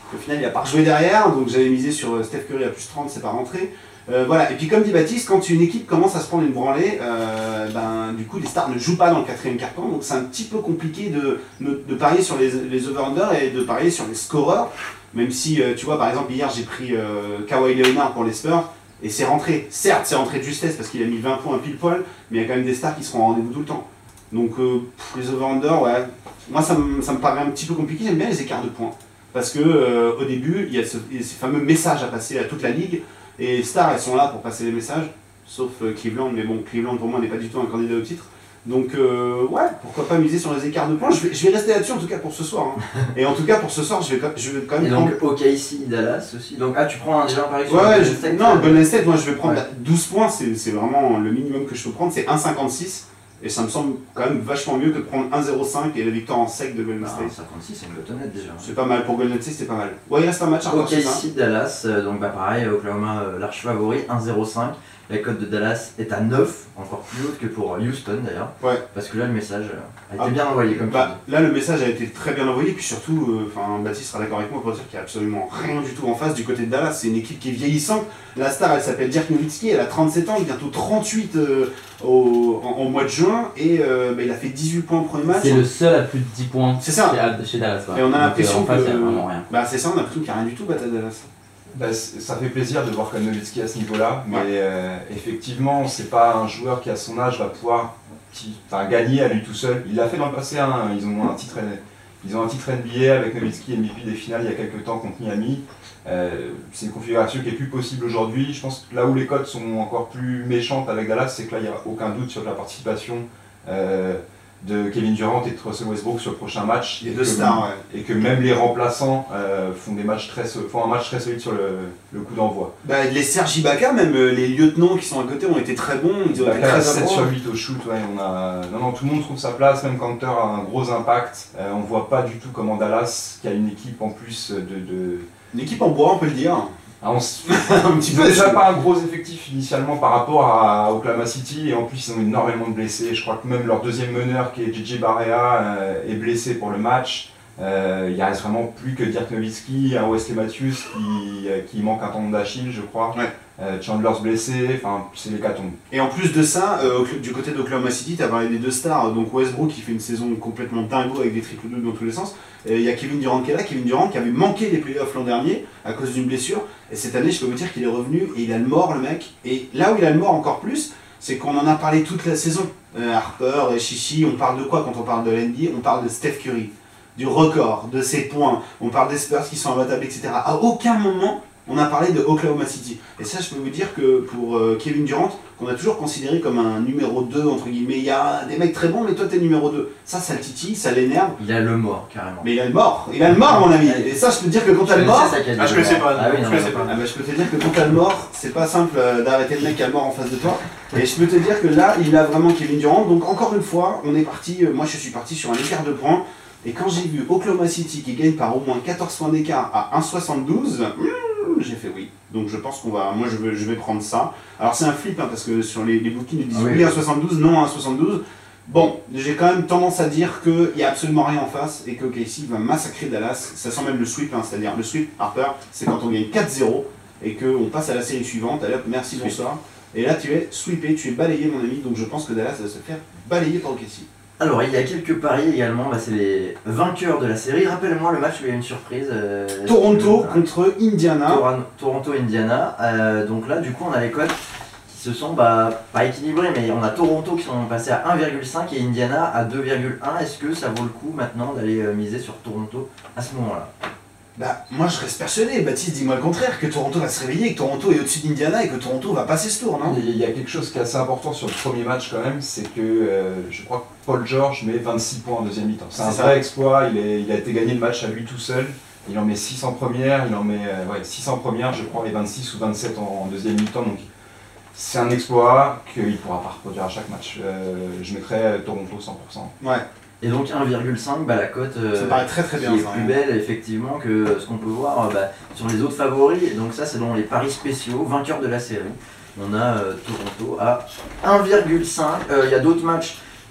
Au final, il n'a pas rejoué derrière, donc j'avais misé sur Steph Curry à plus trente, c'est pas rentré. Euh, voilà, et puis comme dit Baptiste, quand une équipe commence à se prendre une branlée, euh, ben, du coup les stars ne jouent pas dans le quatrième quart-temps, donc c'est un petit peu compliqué de, de, de parier sur les, les over-under et de parier sur les scoreurs, même si, euh, tu vois, par exemple, hier j'ai pris euh, Kawhi Leonard pour les Spurs, et c'est rentré. Certes, c'est rentré de justesse parce qu'il a mis vingt points pile poil, mais il y a quand même des stars qui seront en rendez-vous tout le temps. Donc euh, pff, les over-under, ouais, moi ça me, ça me paraît un petit peu compliqué, j'aime bien les écarts de points. Parce que euh, au début, il y a ce, ces fameux messages à passer à toute la ligue. Et les stars, elles sont là pour passer les messages, sauf euh, Cleveland, mais bon, Cleveland pour moi n'est pas du tout un candidat au titre. Donc euh, ouais, pourquoi pas miser sur les écarts de points. Je vais, je vais rester là-dessus en tout cas pour ce soir. Hein. Et en tout cas pour ce soir, je vais, je vais quand même Et donc prendre... O K C, Dallas aussi. Donc ah, tu prends un, déjà un pari sur Ouais, Golden je... State. non, Golden State, moi je vais prendre Ouais. douze points, c'est c'est vraiment le minimum que je peux prendre, c'est un virgule cinquante-six. Et ça me semble quand même vachement mieux que de prendre un virgule zéro cinq et la victoire en sec de Golden Ah, State. cinquante-six, c'est une cote honnête déjà. C'est pas mal, pour Golden State c'est pas mal. Ouais, il reste un match à O repartir, K C, Dallas, euh, donc bah pareil, Oklahoma euh, l'arch favori, un virgule zéro cinq. La cote de Dallas est à neuf, encore plus haute que pour Houston d'ailleurs. Ouais. Parce que là le message euh, a été Ah, bien envoyé comme tu Bah, là, le message a été très bien envoyé, puis surtout, enfin, Baptiste sera d'accord avec moi pour dire qu'il n'y a absolument rien du tout en face du côté de Dallas. C'est une équipe qui est vieillissante. La star, elle s'appelle Dirk Nowitzki, elle a trente-sept ans, bientôt trente-huit euh, au, en, en mois de juin, et euh, bah, il a fait dix-huit points au premier match. C'est le seul à plus de dix points C'est ça. chez, chez Dallas. Quoi. Et on a Donc, l'impression euh, en face, que- il y a vraiment rien. Bah, c'est ça, on a l'impression qu'il n'y a rien du tout battu à Dallas. Bah, c- ça fait plaisir de voir Nowitzki à ce niveau-là, mais Ouais. euh, effectivement, c'est pas un joueur qui à son âge va pouvoir qui, enfin, gagner à lui tout seul. Il l'a fait dans le passé, hein. Ils ont un titre, ils ont un titre N B A avec Nowitzki M V P des finales il y a quelques temps contre Miami. Euh, c'est une configuration qui est plus possible aujourd'hui. Je pense que là où les cotes sont encore plus méchantes avec Dallas, c'est que là il n'y a aucun doute sur la participation euh, de Kevin Durant et de Russell Westbrook sur le prochain match. Les Et deux que- stars, ouais. Et que même les remplaçants euh, font, des matchs très, so- font un match très solide sur le, le coup d'envoi. Bah, les Serge Ibaka, même euh, les lieutenants qui sont à côté ont été très bons, ils ont été Ibaka, très sept adroits. sur huit au shoot, ouais, on a... non, non, tout le monde trouve sa place, même Kanter a un gros impact. Euh, on voit pas du tout comment Dallas, qui a une équipe en plus de... de... Une équipe en bois, on peut le dire. Ah, on s- Un petit peu. déjà pas un gros effectif initialement par rapport à Oklahoma City, et en plus ils ont énormément de blessés. Je crois que même leur deuxième meneur, qui est J J Barea, euh, est blessé pour le match. Euh, il reste vraiment plus que Dirk Nowitzki, un Wesley Matthews qui, euh, qui manque un tendon d'Achille, je crois. Ouais. Euh, Chandler's blessé, enfin c'est l'hécatombe. Et en plus de ça, euh, au- du côté d'Oklahoma City, tu as parlé des deux stars, donc Westbrook qui fait une saison complètement dingo avec des triples doubles dans tous les sens. Il y a Kevin Durant qui est là, Kevin Durant qui avait manqué les playoffs l'an dernier à cause d'une blessure. Et cette année, je peux vous dire qu'il est revenu et il a le mort, le mec. Et là où il a le mort encore plus, c'est qu'on en a parlé toute la saison. Euh, Harper, et Chichi, on parle de quoi quand on parle de l'N B A? On parle de Steph Curry, du record, de ses points, on parle des Spurs qui sont imbattables, et cetera. À aucun moment, on a parlé de Oklahoma City. Et ça, je peux vous dire que pour euh, Kevin Durant, qu'on a toujours considéré comme un numéro deux, entre guillemets, il y a des mecs très bons, mais toi, t'es numéro deux. Ça, ça le titille, ça l'énerve. Il a le mort carrément. Mais il a le mort, il a le mort, mon ami. Et ça, je peux te dire que quand t'as le mort, Ah, je connaissais pas, Ah oui, je non, connaissais non, pas. ah bah, je peux te dire que quand t'as le mort, c'est pas simple euh, d'arrêter le mec qui a le mort en face de toi. Et je peux te dire que là, il a vraiment Kevin Durant. Donc encore une fois, on est parti, euh, moi je suis parti sur un écart de points. Et quand j'ai vu Oklahoma City qui gagne par au moins quatorze points d'écart à un virgule soixante-douze, hmm, j'ai fait oui. Donc je pense qu'on va, moi je vais, je vais prendre ça. Alors c'est un flip hein, parce que sur les, les bookings ils disent Ah oui, oui, oui. un virgule soixante-douze, non un virgule soixante-douze. Bon, j'ai quand même tendance à dire qu'il n'y a absolument rien en face et que O K C va massacrer Dallas. Ça sent même le sweep, hein, c'est-à-dire le sweep Harper, c'est quand on gagne quatre zéro et qu'on passe à la série suivante. Allez hop, merci, bonsoir. Et là tu es sweepé, tu es balayé mon ami, donc je pense que Dallas va se faire balayer par O K C. Alors il y a quelques paris également, bah, c'est les vainqueurs de la série. Rappelle-moi le match où il y a eu une surprise. euh, Toronto euh, contre Indiana. Toran- Toronto-Indiana. Euh, donc là du coup on a les cotes qui se sont bah, pas équilibrées, mais on a Toronto qui sont passés à un virgule cinq et Indiana à deux virgule un. Est-ce que ça vaut le coup maintenant d'aller euh, miser sur Toronto à ce moment-là? Bah, moi je reste persuadé, Baptiste, dis-moi le contraire, que Toronto va se réveiller, que Toronto est au-dessus d'Indiana et que Toronto va passer ce tour, non? Il y a quelque chose qui est assez important sur le premier match quand même, c'est que euh, je crois que Paul George met vingt-six points en deuxième mi-temps. C'est un C'est vrai ça. exploit, il, est, il a été gagné le match à lui tout seul. Il en met six en première, il en met euh, ouais, six en première, je crois, et vingt-six ou vingt-sept en, en deuxième mi-temps. Donc c'est un exploit qu'il ne pourra pas reproduire à chaque match. Euh, je mettrais Toronto cent pour cent. Ouais, Et donc un virgule cinq, bah, la cote euh, ça me paraît très très bien qui est ça. plus hein. belle effectivement que ce qu'on peut voir euh, bah, sur les autres favoris. Donc ça c'est dans les paris spéciaux, vainqueurs de la série. On a euh, Toronto à un virgule cinq. Euh, Il y a d'autres matchs.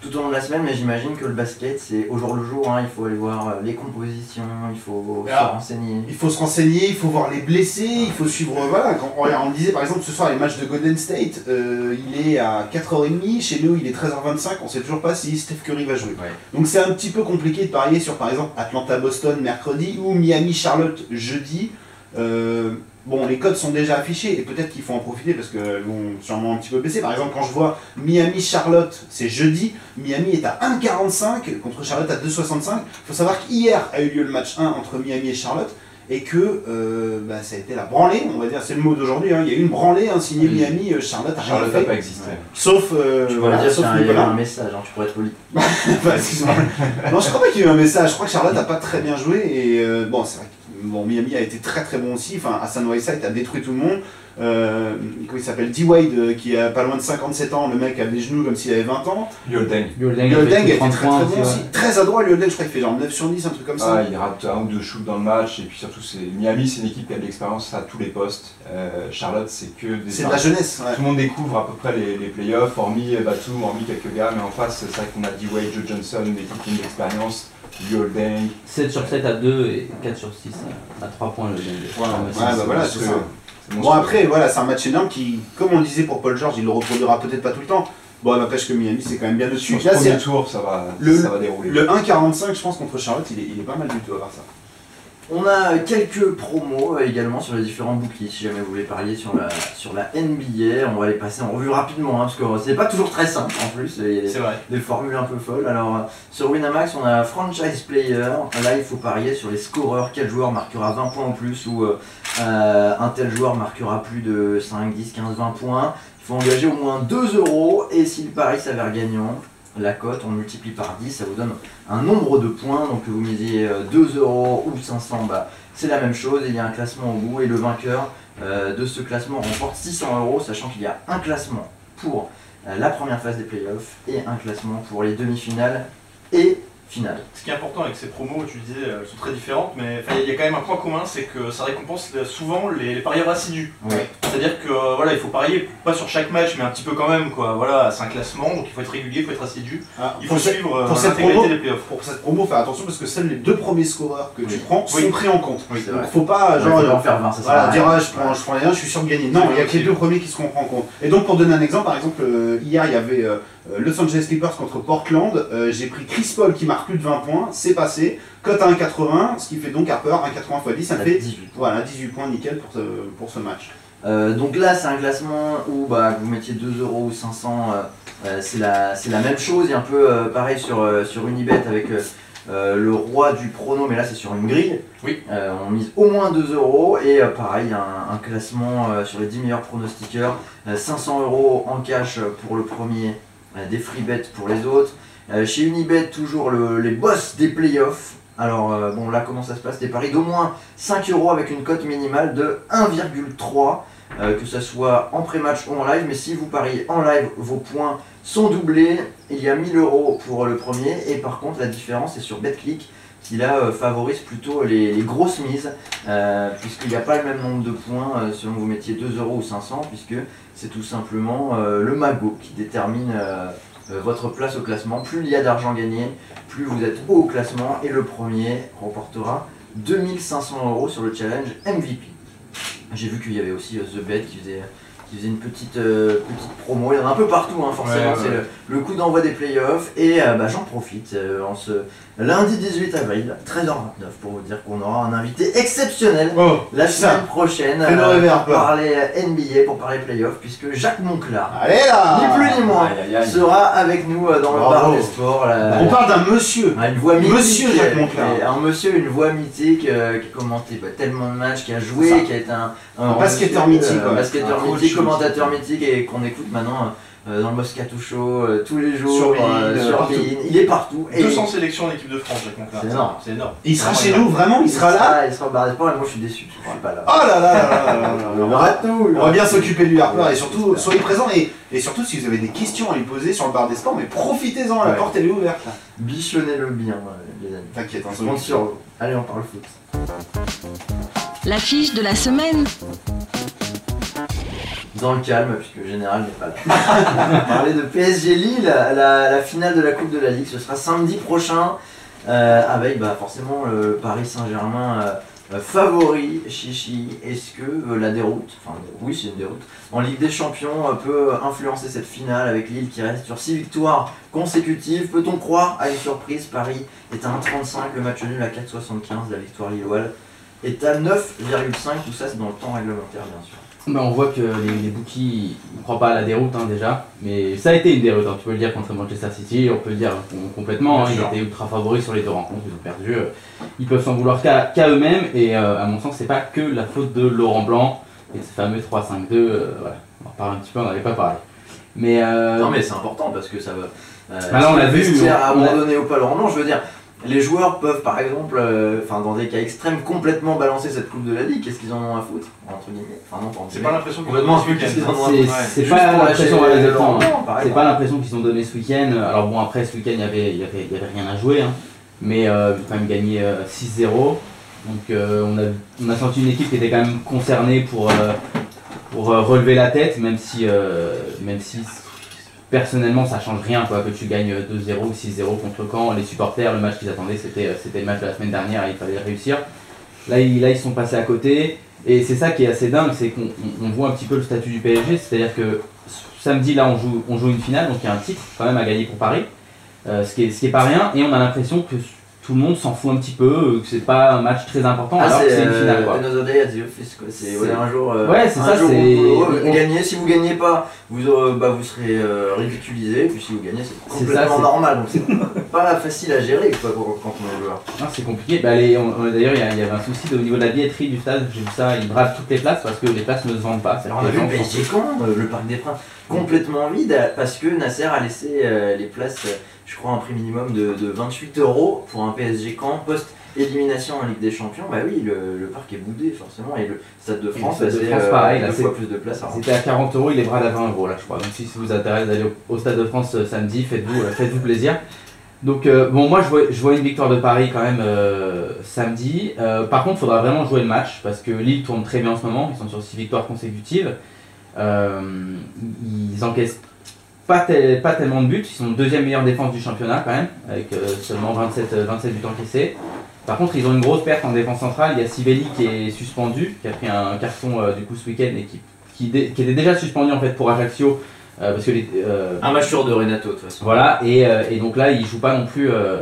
tout au long de la semaine, mais j'imagine que le basket c'est au jour le jour, hein, il faut aller voir les compositions, il faut Alors, se renseigner. Il faut se renseigner, il faut voir les blessés, il faut suivre. Voilà, quand on, on disait par exemple ce soir les matchs de Golden State, euh, il est à quatre heures trente, chez nous il est treize heures vingt-cinq, on sait toujours pas si Steph Curry va jouer. Ouais. Donc c'est un petit peu compliqué de parier sur par exemple Atlanta-Boston mercredi ou Miami-Charlotte jeudi. Euh, Bon, les codes sont déjà affichés et peut-être qu'il faut en profiter parce qu'elles vont sûrement un petit peu baisser. Par exemple, quand je vois Miami-Charlotte, c'est jeudi, Miami est à un virgule quarante-cinq contre Charlotte à deux virgule soixante-cinq. Il faut savoir qu'hier a eu lieu le match un entre Miami et Charlotte et que euh, bah, ça a été la branlée, on va dire, c'est le mot d'aujourd'hui. Hein. Il y a eu une branlée hein, signée Oui. Miami, euh, Charlotte a rien Charlotte n'a fait. pas existé. Ouais. Sauf, euh, Tu voilà, vas dire qu'il sauf y a Nicolas. un message, hein, tu pourrais être poli. Bah, excuse-moi. Non, je crois pas qu'il y ait eu un message. Je crois que Charlotte n'a pas très bien joué. Et euh, bon, c'est vrai que bon, Miami a été très très bon aussi. Enfin, Hassan Whiteside a détruit tout le monde. Euh, comment il s'appelle D-Wade, euh, qui a pas loin de cinquante-sept ans. Le mec a des genoux comme s'il avait vingt ans. Liu Deng. Liu Deng Liu a Deng fait a été trente très points très bon aussi, aussi. ouais. Très adroit, Liu Deng, je crois qu'il fait genre neuf sur dix, un truc comme ça. Ah, il rate un ou deux shoots dans le match, et puis surtout, c'est Miami, c'est une équipe qui a de l'expérience à tous les postes. Euh, Charlotte, c'est que des. C'est de la jeunesse. Ouais. Tout le monde découvre à peu près les, les playoffs, hormis Batum, hormis quelques gars, mais en face, c'est vrai qu'on a D-Wade, Joe Johnson, des équipes qui ont de l'expérience, Liu Deng. sept sur sept à deux et quatre sur six à trois points le Deng. Voilà, Ah, ouais, c'est- bah c'est- voilà, c'est c'est ça. ça. C'est Bon monstrueux. après, voilà, c'est un match énorme qui, comme on le disait pour Paul George, il le reproduira peut-être pas tout le temps. Bon, n'empêche que Miami c'est quand même bien dessus. Sur ce Là, premier c'est tour, ça va, le- ça va dérouler. le un virgule quarante-cinq, je pense, contre Charlotte, il est, il est pas mal du tout à voir ça. On a quelques promos euh, également sur les différents boucliers, si jamais vous voulez parier sur la, sur la N B A, on va les passer en revue rapidement, hein, parce que c'est pas toujours très simple en plus, il y a des, C'est vrai. des formules un peu folles. Alors euh, sur Winamax on a Franchise Player, là il faut parier sur les scoreurs, quel joueur marquera vingt points en plus, ou euh, euh, un tel joueur marquera plus de cinq, dix, quinze, vingt points. Il faut engager au moins deux euros, et si le pari s'avère gagnant, la cote, on multiplie par dix, ça vous donne un nombre de points, donc que vous misiez deux euros ou cinq cents, bah, c'est la même chose, il y a un classement au bout et le vainqueur euh, de ce classement remporte six cents euros, sachant qu'il y a un classement pour euh, la première phase des playoffs et un classement pour les demi-finales et finales. Ce qui est important avec ces promos, tu disais, elles sont très différentes, mais enfin, il y a quand même un point commun, c'est que ça récompense souvent les, les parieurs assidus. Ouais. C'est-à-dire que euh, voilà, il faut parier pas sur chaque match, mais un petit peu quand même, quoi. Voilà, c'est un classement, donc il faut être régulier, il faut être assidu. Ah, Il faut pour cette- suivre euh, pour cette l'intégralité promo- des playoffs. Pour cette promo, faire attention parce que seuls les deux premiers scoreurs que tu Oui. prends sont Oui. pris en compte. Oui, c'est Donc vrai. faut pas Ouais, genre faut pas en faire vingt, ça sert à voilà, rien. dire ah, je prends, je prends les un, je suis sûr de gagner. Non, il y a que les deux premiers qui seront pris en compte. Et donc pour donner un exemple, par exemple, euh, hier il y avait euh, Los Angeles Clippers contre Portland. Euh, J'ai pris Chris Paul qui marque plus de vingt points, c'est passé. Cote à un virgule quatre-vingts, ce qui fait donc Harper un virgule quatre-vingts fois dix, ça Ça fait dix-huit. voilà, dix-huit points nickel pour ce, pour ce match. Euh, donc là c'est un classement où bah, que vous mettiez deux euros ou cinq cents, euh, euh, c'est la, c'est la même chose, il y a un peu euh, pareil sur, euh, sur Unibet avec euh, euh, le roi du prono, mais là c'est sur une grille. Oui. Euh, on mise au moins deux euros et euh, pareil un, un classement euh, sur les dix meilleurs pronostiqueurs, euh, cinq cents euros en cash pour le premier, euh, des free bets pour les autres. Euh, chez Unibet toujours le- les boss des playoffs. Alors euh, bon là comment ça se passe, des paris d'au moins cinq euros avec une cote minimale de un virgule trois. Euh, que ce soit en pré-match ou en live, mais si vous pariez en live, vos points sont doublés. Il y a mille euros pour le premier, et par contre la différence est sur BetClick, qui là euh, favorise plutôt les, les grosses mises, euh, puisqu'il n'y a pas le même nombre de points euh, selon que vous mettiez deux euros ou cinq cents, puisque c'est tout simplement euh, le magot qui détermine euh, euh, votre place au classement. Plus il y a d'argent gagné, plus vous êtes haut au classement, et le premier remportera deux mille cinq cents euros sur le challenge M V P. J'ai vu qu'il y avait aussi euh, The Bet qui faisait, qui faisait une petite, euh, petite promo. Il y en a un peu partout, hein, forcément. Ouais, ouais. C'est le, le coup d'envoi des playoffs. Et euh, bah, j'en profite euh, en ce lundi dix-huit avril, treize heures vingt-neuf, pour vous dire qu'on aura un invité exceptionnel Oh, la ça. semaine prochaine Fais-nous rêver un pour peu. parler N B A, pour parler playoffs, puisque Jacques Monclar, Allez là ni plus ni moins, Aïe, aïe, aïe. sera avec nous euh, dans le Bravo. bar des sports. là. On parle d'un monsieur. Ah, une voix mythique, Monsieur Jacques Monclar. et un monsieur, une voix mythique euh, qui a commenté bah, tellement de matchs, qui a joué, Ça. qui a été un, Un basketteur monsieur, mythique, euh, ouais. basketteur Un coach mythique, commentateur mythique. mythique, et qu'on écoute maintenant euh, dans le Moscato Show euh, tous les jours, Sur Bein, euh, euh, sur partout. Bein. Il est partout. Et deux cents sélections en équipe de France, Jacques Monclar. C'est énorme. C'est énorme. Il sera Vraiment chez énorme. nous, vraiment, il sera là. Il sera au bar des sports, et moi je suis déçu, je suis pas là. Oh là là là là là là là Il là. aura tout. il On aura va bien tout. s'occuper de lui Harper et surtout J'espère. soyez présents et, et surtout si vous avez des questions à lui poser sur le bar des sports, mais profitez-en, la Ouais. porte elle est ouverte là. Bichonnez-le bien, euh, les amis. T'inquiète, hein, Je compte sur vous. Allez, on parle foot. L'affiche de la semaine. dans le calme, puisque le général n'est pas là. On va parler de P S G Lille, la, la finale de la Coupe de la Ligue, ce sera samedi prochain, euh, avec bah, forcément le Paris Saint-Germain euh, favori, Chichi. Est-ce que euh, la déroute, enfin oui c'est une déroute, en Ligue des Champions euh, peut influencer cette finale avec Lille qui reste sur six victoires consécutives? Peut-on croire à une surprise? Paris est à un virgule trente-cinq, le match nul à quatre virgule soixante-quinze, la victoire lilloise est à neuf virgule cinq, tout ça c'est dans le temps réglementaire bien sûr. Ben, on voit que les, les bookies ne croient pas à la déroute hein, déjà, mais ça a été une déroute, hein, tu peux le dire contre Manchester City, on peut le dire complètement, hein, ils étaient ultra favoris sur les deux rencontres, ils ont perdu, euh, ils peuvent s'en vouloir qu'à qu'à eux-mêmes, et euh, à mon sens c'est pas que la faute de Laurent Blanc et de ce fameux trois cinq deux, euh, voilà, on en reparle un petit peu, on n'avait pas parlé. Mais euh, non mais c'est important parce que ça va... Euh, bah là on l'a vu, à abandonner ou pas Laurent Blanc, je veux dire... Les joueurs peuvent par exemple, euh, dans des cas extrêmes, complètement balancer cette Coupe de la Ligue. Qu'est-ce qu'ils en ont à foutre entre guillemets? Enfin non, c'est pas l'impression qu'ils complètement ont donné ce week-end. C'est ouais. pas l'impression C'est pas l'impression qu'ils ont donné ce week-end. Alors bon après ce week-end il y avait, il y avait, il y avait rien à jouer, hein. Mais euh, ils ont quand même gagné euh, six zéro. Donc euh, on, a, on a senti une équipe qui était quand même concernée pour, euh, pour euh, relever la tête, même si, euh, même si personnellement ça change rien quoi, que tu gagnes deux zéro ou six zéro contre Caen. Les supporters, le match qu'ils attendaient c'était, c'était le match de la semaine dernière et il fallait réussir. Là ils, là ils sont passés à côté et c'est ça qui est assez dingue, c'est qu'on on, on voit un petit peu le statut du P S G, c'est-à-dire que samedi là on joue, on joue une finale, donc il y a un titre quand même à gagner pour Paris, euh, ce, qui est, ce qui est pas rien, et on a l'impression que tout le monde s'en fout un petit peu, que c'est pas un match très important, ah, alors que c'est une finale quoi. Another day at the office quoi. C'est, c'est... un jour. Euh, ouais, c'est un ça. Jour c'est. Où vous gagnez. Si vous gagnez pas, vous aurez, bah, vous serez euh, ridiculisé. Puis si vous gagnez, c'est complètement c'est ça, c'est... normal. Donc c'est pas facile à gérer quoi, quand on est joueur. Non, c'est compliqué. Bah, les, on, d'ailleurs, il y, y avait un souci au niveau de la billetterie du stade. J'ai vu ça. Ils bravent toutes les places parce que les places ne se vendent pas. Alors on a vu le P S G quand le Parc des Princes complètement vide parce que Nasser a laissé euh, les places. Euh, je crois un prix minimum de, de vingt-huit euros pour un P S G Caen post-élimination en Ligue des Champions. Bah oui, le, le parc est boudé forcément et le Stade de France, bah, c'est euh, pareil, deux là, fois plus de place. C'était à quarante euros, il est bras à vingt euros là je crois. Donc si ça vous intéresse d'aller au, au Stade de France euh, samedi, faites-vous, euh, faites-vous plaisir. Donc euh, bon, moi je vois, je vois une victoire de Paris quand même euh, samedi. Euh, par contre, il faudra vraiment jouer le match parce que Lille tourne très bien en ce moment, ils sont sur six victoires consécutives. Euh, ils encaissent Pas, tel, pas tellement de buts, ils sont deuxième meilleure défense du championnat quand même, avec euh, seulement vingt-sept, vingt-sept buts encaissés. Par contre, ils ont une grosse perte en défense centrale, il y a Sibeli qui est suspendu, qui a pris un carton euh, du coup ce week-end et qui, qui, dé, qui était déjà suspendu en fait pour Ajaccio. Euh, parce que les, euh, un match sur deux Renato de toute façon. Voilà, et, euh, et donc là il ne joue pas non plus euh,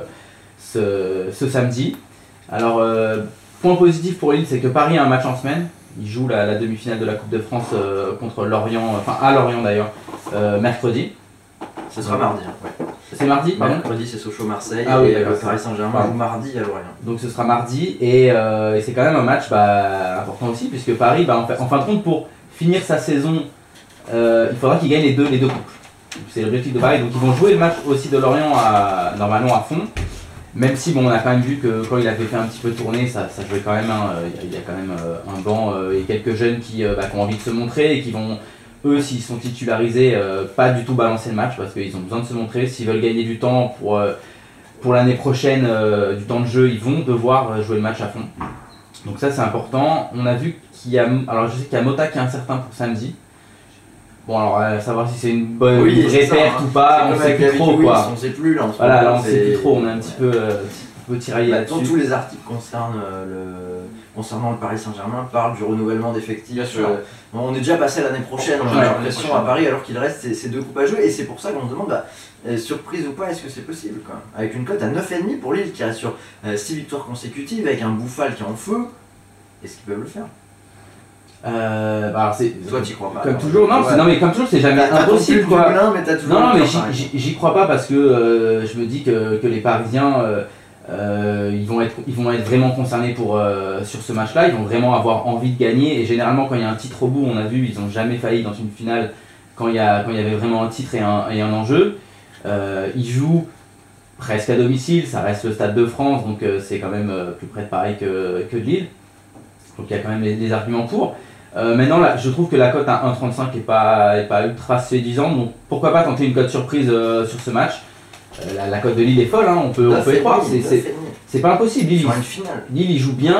ce, ce samedi. Alors, euh, point positif pour Lille, c'est que Paris a un match en semaine. Il joue la, la demi-finale de la Coupe de France euh, contre Lorient, enfin à Lorient d'ailleurs, euh, mercredi. Ce sera mardi. Hein, ouais. C'est mardi pardon. Mercredi c'est Sochaux-Marseille ah, oui, et le Paris Saint-Germain joue mardi à Lorient. Donc ce sera mardi et, euh, et c'est quand même un match bah, important aussi puisque Paris, bah, en, fait, en fin de compte, pour finir sa saison, euh, il faudra qu'il gagne les deux, les deux couples. C'est l'objectif de Paris. Donc ils vont jouer le match aussi de Lorient à, normalement à fond. Même si bon, on a quand même vu que quand il avait fait un petit peu tourner, ça, ça jouait quand même. Hein, il y a quand même euh, un banc euh, et quelques jeunes qui, euh, bah, qui ont envie de se montrer et qui vont, eux, s'ils sont titularisés, euh, pas du tout balancer le match parce qu'ils ont besoin de se montrer. S'ils veulent gagner du temps pour, euh, pour l'année prochaine, euh, du temps de jeu, ils vont devoir jouer le match à fond. Donc ça c'est important. On a vu qu'il y a, alors je sais qu'il y a Mota qui est incertain pour samedi. Bon alors à savoir si c'est une bonne oui, une vraie perte hein. ou pas, on sait plus trop oui, quoi. On sait plus là. Voilà, là on sait plus trop, on est un petit peu, euh, un peu tiraillé bah, là-dessus. Tous les articles concernent euh, le, concernant le Paris Saint-Germain parlent du renouvellement d'effectifs. Bien sûr. Euh, on est déjà passé à l'année prochaine, on a ouais, l'impression à Paris alors qu'il reste ces, ces deux coupes à jouer et c'est pour ça qu'on se demande bah, euh, surprise ou pas, est-ce que c'est possible quand même. Avec une cote à neuf virgule cinq pour Lille qui reste sur euh, six victoires consécutives avec un Bouffal qui est en feu, est-ce qu'ils peuvent le faire? Euh, bah alors c'est toi tu crois pas comme toujours non, ouais. non mais comme toujours c'est jamais t'as impossible quoi plein, mais t'as toujours non non mais j'y, j'y crois pas parce que euh, je me dis que, que les Parisiens euh, euh, ils vont être ils vont être vraiment concernés pour euh, sur ce match là, ils vont vraiment avoir envie de gagner et généralement quand il y a un titre au bout, on a vu ils ont jamais failli dans une finale quand il y a quand il y avait vraiment un titre et un, et un enjeu. Euh, ils jouent presque à domicile, ça reste le Stade de France donc euh, c'est quand même euh, plus près de Paris que, que de Lille, donc il y a quand même des, des arguments pour. Euh, maintenant, là, je trouve que la cote à un virgule trente-cinq n'est pas, est pas ultra séduisante, donc pourquoi pas tenter une cote surprise euh, sur ce match. Euh, la, la cote de Lille est folle, hein, on peut, on peut y croire, c'est, c'est, c'est pas impossible. Lille, il, Lille il joue bien,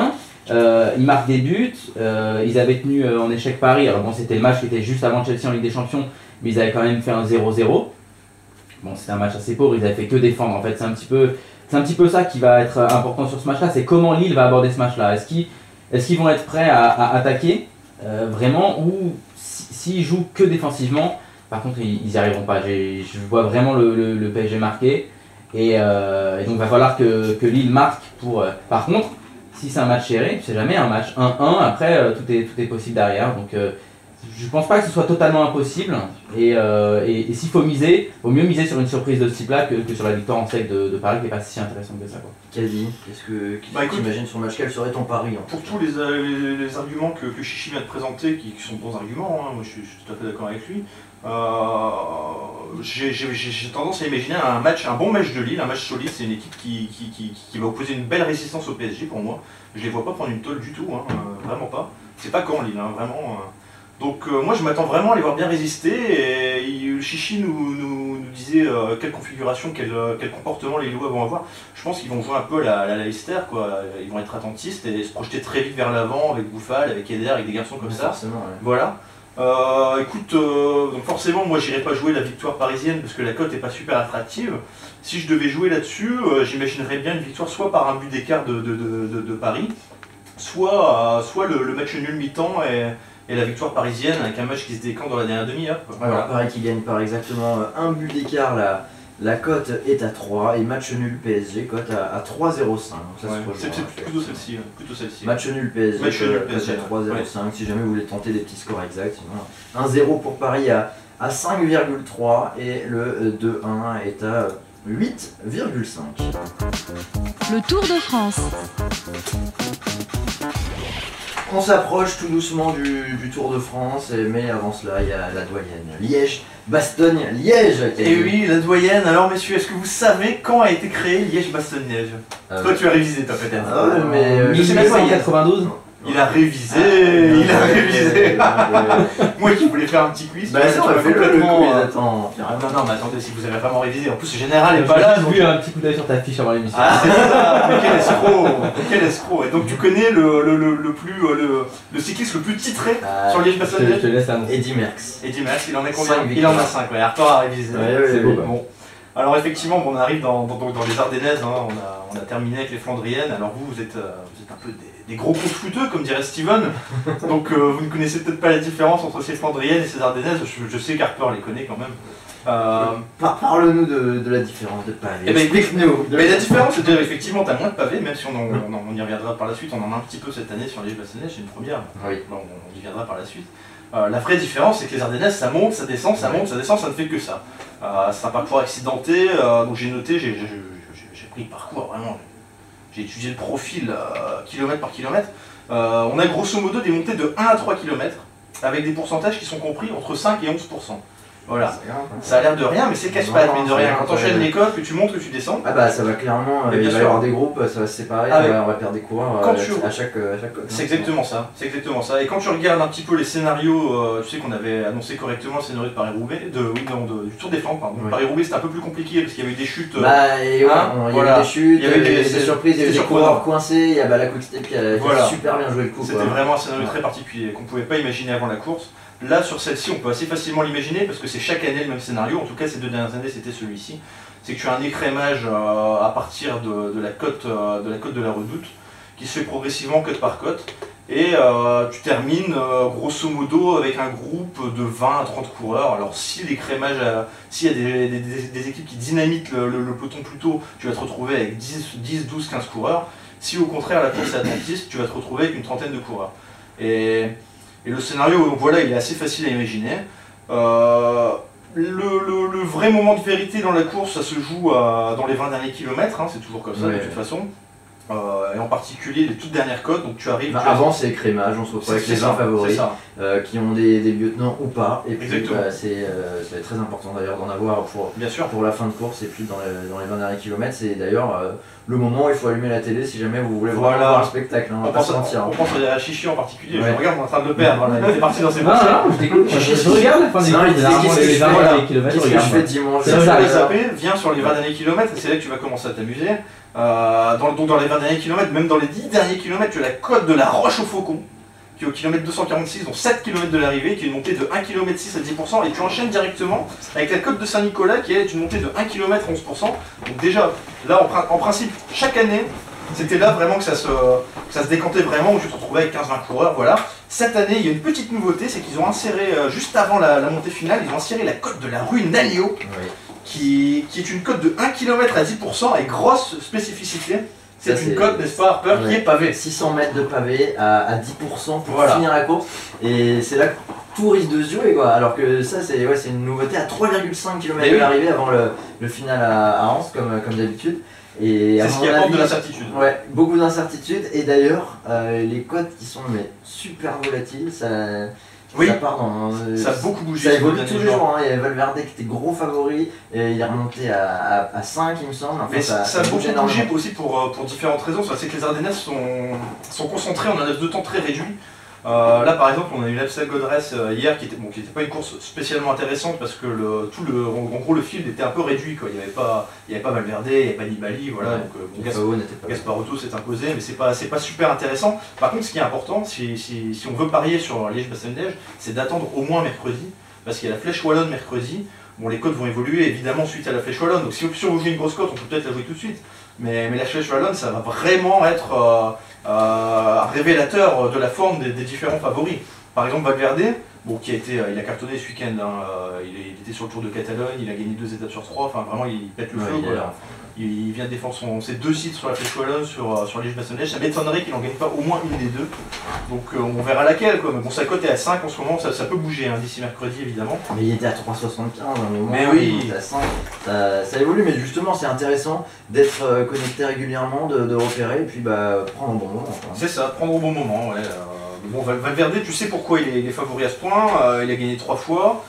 Euh, ils marquent des buts, euh, ils avaient tenu euh, en échec Paris, alors bon c'était le match qui était juste avant Chelsea en Ligue des Champions, mais ils avaient quand même fait un zéro zéro. Bon c'était un match assez pauvre, ils avaient fait que défendre en fait, c'est un petit peu, c'est un petit peu ça qui va être important sur ce match là, c'est comment Lille va aborder ce match là, est-ce qu'ils, est-ce qu'ils vont être prêts à, à attaquer euh, vraiment ou s'ils si, jouent que défensivement, par contre ils n'y arriveront pas, J'ai, je vois vraiment le, le, le P S G marquer et, euh, et donc il va falloir que, que Lille marque pour, euh, par contre si c'est un match serré, tu sais jamais, un match un un, après euh, tout, est, tout est possible derrière. Donc euh, je pense pas que ce soit totalement impossible. Et, euh, et, et s'il faut miser, il vaut mieux miser sur une surprise de ce type-là que, que sur la victoire en sec de, de Paris qui n'est pas si intéressante que ça. Quasi, qu'est-ce que bah, tu imagines sur le match? Quel serait ton pari en Pour tous les, les, les arguments que, que Chichi vient de présenter, qui, qui sont bons arguments, hein, moi je suis, je suis tout à fait d'accord avec lui. Euh, j'ai, j'ai, j'ai tendance à imaginer un match, un bon match de Lille, un match solide. C'est une équipe qui, qui, qui, qui va opposer une belle résistance au P S G pour moi. Je les vois pas prendre une tôle du tout, hein, euh, vraiment pas. C'est pas quand Lille, hein, vraiment. Euh. Donc euh, moi je m'attends vraiment à les voir bien résister. Et il, Chichi nous, nous, nous disait euh, quelle configuration, quel, quel comportement les Lillois vont avoir. Je pense qu'ils vont jouer un peu la, la Leicester, quoi. Ils vont être attentistes et se projeter très vite vers l'avant avec Bouffal, avec Eder, avec des garçons comme ouais, ça. Forcément, ouais. Voilà. Euh, écoute, euh, donc forcément moi j'irai pas jouer la victoire parisienne parce que la cote est pas super attractive. Si je devais jouer là-dessus, euh, j'imaginerais bien une victoire soit par un but d'écart de, de, de, de, de Paris, soit, euh, soit le, le match nul mi-temps et, et la victoire parisienne avec un match qui se décante dans la dernière demi-heure. Voilà. Alors Paris qui gagne par exactement un but d'écart, la, la cote est à trois et match nul P S G, cote à, à trois zéro cinq. Ouais, c'est, c'est plutôt celle-ci, plutôt celle-ci. Match nul P S G, match nul P S G à trois zéro cinq, ouais. Si jamais vous voulez tenter des petits scores exacts. Sinon, un zéro pour Paris à, à cinq virgule trois et le deux un est à huit virgule cinq. Le Tour de France. On s'approche tout doucement du, du Tour de France, mais avant cela, il y a la doyenne. Liège, Bastogne, Liège. Et oui, la doyenne. Alors messieurs, est-ce que vous savez quand a été créé Liège-Bastogne-Liège? euh, Toi tu as révisé, toi peut-être. Ah ouais, mais euh, mille neuf cent quatre-vingt-douze. Il a révisé, ah, il a révisé. Moi qui voulais faire un petit quiz, bah ça, on va faire le quiz, attends. Non, non, mais attendez, si vous avez vraiment révisé, en plus ce général n'est pas là. J'ai vu un petit coup d'œil sur ta fiche avant l'émission. Ah, c'est ça, mais quel escroc, quel escroc. Et donc tu connais le, le, le, le plus, le, le cycliste le plus titré ah, sur Liège-Bastogne-Liège? Je te laisse annoncer. Eddy Merckx. Eddy Merckx, il en a combien? Il en a cinq, ouais, Arthur a révisé. Ouais, ouais, c'est beau. Bon. Alors effectivement, bon, on arrive dans, dans, dans les Ardennaises, hein, on, a, on a terminé avec les Flandriennes. Alors vous, vous êtes, euh, vous êtes un peu des, des gros coups fouteux, comme dirait Steven. Donc euh, vous ne connaissez peut-être pas la différence entre ces Flandriennes et ces Ardennaises. Je, je sais qu'Harper les connaît quand même. Euh... Par, Parle-nous de, de la différence de pavé. Eh ben, explique-nous. Mais la différence, c'est qu'effectivement, tu as moins de pavés, même si on, en, on, en, on y reviendra par la suite. On en a un petit peu cette année sur les Liège-Bastogne-Liège, c'est une première. Oui. Bon, on y viendra par la suite. Euh, la vraie différence, c'est que les Ardennaises, ça monte, ça descend, ça monte, ça descend, ça ne fait que ça. Euh, c'est un parcours accidenté, euh, donc j'ai noté, j'ai, j'ai, j'ai, j'ai pris le parcours vraiment, j'ai étudié le profil euh, kilomètre par kilomètre. Euh, on a grosso modo des montées de un à trois kilomètres, avec des pourcentages qui sont compris entre cinq et onze pour cent. Voilà, ça a l'air de rien, mais c'est cache-pattes, mine de rien. Quand tu enchaînes les codes, que tu montes, que tu descends. Ah bah ça va clairement, euh, il va y avoir des groupes, ça va se séparer, ah, on, va, on va perdre des coureurs euh, tu... à chaque, à chaque code. C'est exactement ça, c'est exactement ça. Et quand tu regardes un petit peu les scénarios, euh, tu sais qu'on avait annoncé correctement le scénario de Paris-Roubaix, de, oui, non, de, du Tour des Flandres, pardon. Oui. Paris-Roubaix c'était un peu plus compliqué parce qu'il y avait eu des chutes. Euh, bah et ouais, hein, on, il y voilà. avait des chutes, il y avait des, des, des surprises, il y avait des coureurs quoi. coincés, il y a bah, la Quick-Step qui a, voilà. a super bien joué le coup. C'était vraiment un scénario très particulier qu'on ne pouvait pas imaginer avant la course. Là, sur celle-ci, on peut assez facilement l'imaginer parce que c'est chaque année le même scénario. En tout cas, ces deux dernières années, c'était celui-ci. C'est que tu as un écrémage euh, à partir de, de, la côte, euh, de la côte de la Redoute qui se fait progressivement côte par côte. Et euh, tu termines euh, grosso modo avec un groupe de vingt à trente coureurs. Alors, si l'écrémage, s'il y a des, des, des, des équipes qui dynamitent le, le, le peloton plus tôt, tu vas te retrouver avec dix, douze, quinze coureurs. Si au contraire la course est attentiste, tu vas te retrouver avec une trentaine de coureurs. Et. Et le scénario, donc voilà, il est assez facile à imaginer. Euh, le, le, le vrai moment de vérité dans la course, ça se joue à, dans les vingt derniers kilomètres, hein, c'est toujours comme ça ouais. de toute façon. Euh, et en particulier les toutes dernières côtes, donc tu arrives... Bah, tu avant c'est écrémage, on se retrouve avec les vingt favoris euh, qui ont des, des lieutenants ou pas. Et puis bah, c'est euh, très important d'ailleurs d'en avoir pour, Bien sûr. pour la fin de course et puis dans les, dans les vingt derniers kilomètres. C'est d'ailleurs euh, le moment où il faut allumer la télé si jamais vous voulez voilà. voir un spectacle. Hein, on, on, pense à, on, on pense à Chichi en particulier, ouais. je regarde, on est en train de le perdre, il était parti dans ses bons. Je regarde la fin des kilomètres. Qu'est-ce que je fais dimanche? Si tu veux zapper, viens sur les vingt derniers kilomètres et c'est là que tu vas commencer à t'amuser. Euh, dans, donc dans les vingt derniers kilomètres, même dans les dix derniers kilomètres, tu as la côte de la Roche au Faucon, qui est au kilomètre deux cent quarante-six, dont sept kilomètres de l'arrivée, qui est une montée de un virgule six kilomètres à dix pour cent, et tu enchaînes directement avec la côte de Saint-Nicolas, qui est une montée de un kilomètre onze pour cent. Donc déjà, là en, en principe, chaque année, c'était là vraiment que ça, se, que ça se décantait vraiment, où tu te retrouvais avec quinze vingt coureurs, voilà. Cette année, il y a une petite nouveauté, c'est qu'ils ont inséré, euh, juste avant la, la montée finale, ils ont inséré la côte de la rue Nalio, oui. qui, qui est une côte de un kilomètre à dix pour cent, et grosse spécificité. C'est une côte, n'est-ce pas, Harper, ouais. qui est pavée. six cents mètres de pavé à, à dix pour cent pour voilà. finir la course. Et c'est là que tout risque de se jouer, quoi. Alors que ça, c'est ouais, une nouveauté à trois virgule cinq kilomètres de l'arrivée avant le, le final à, à Anse, comme, comme d'habitude. C'est ce qui apporte de l'incertitude. Ouais, beaucoup d'incertitude. Et d'ailleurs, euh, les cotes qui sont mais, super volatiles, ça. Oui, ça, part dans, euh, ça a beaucoup bougé. Ça évolue tous les jours. Hein. Il y a Valverde qui était gros favori, et il est remonté à, à, à cinq, il me semble. Enfin, mais ça, ça, ça a beaucoup bougé aussi pour, pour différentes raisons. C'est que les Ardennaises sont, sont concentrées en un laps de temps très réduit. Euh, là par exemple, on a eu l'Amstel Gold Race euh, hier qui était bon, qui n'était pas une course spécialement intéressante parce que le, tout le, en, en gros le field était un peu réduit, quoi. Il n'y avait pas, il y avait pas Valverde, il n'y avait pas Nibali, voilà. Ouais, donc euh, bon, Gas, Gasparotto s'est imposé, mais c'est pas, c'est pas super intéressant. Par contre, ce qui est important, si, si, si on veut parier sur Liège-Bastogne-Liège, c'est d'attendre au moins mercredi, parce qu'il y a la Flèche Wallonne mercredi. Bon, les cotes vont évoluer évidemment suite à la Flèche Wallonne. Donc si on veut jouer une grosse cote, on peut peut-être la jouer tout de suite. Mais, mais la Flèche Wallonne, ça va vraiment être euh, euh, révélateur de la forme des, des différents favoris. Par exemple, Valverde, bon, qui a été, euh, il a cartonné ce week-end. Hein, euh, il, il était sur le Tour de Catalogne, il a gagné deux étapes sur trois. Enfin, vraiment, il pète le ouais, feu. Il, voilà. il, il vient défendre son, ses deux sites sur la Flèche Wallonne, sur, sur Liège-Bastogne-Liège. Ça m'étonnerait qu'il n'en gagne pas au moins une des deux. Donc euh, on verra laquelle, quoi. Mais bon, sa cote est à cinq en ce moment, ça, ça peut bouger hein, d'ici mercredi évidemment. Mais il était à trois virgule soixante-quinze à un moment, mais oui. il était à cinq, ça, ça évolue, mais justement c'est intéressant d'être euh, connecté régulièrement, de, de repérer et puis bah, prendre au bon moment. C'est ça, prendre au bon moment, ouais. Euh, bon, Valverde, tu sais pourquoi il est, il est favori à ce point, euh, il a gagné trois fois.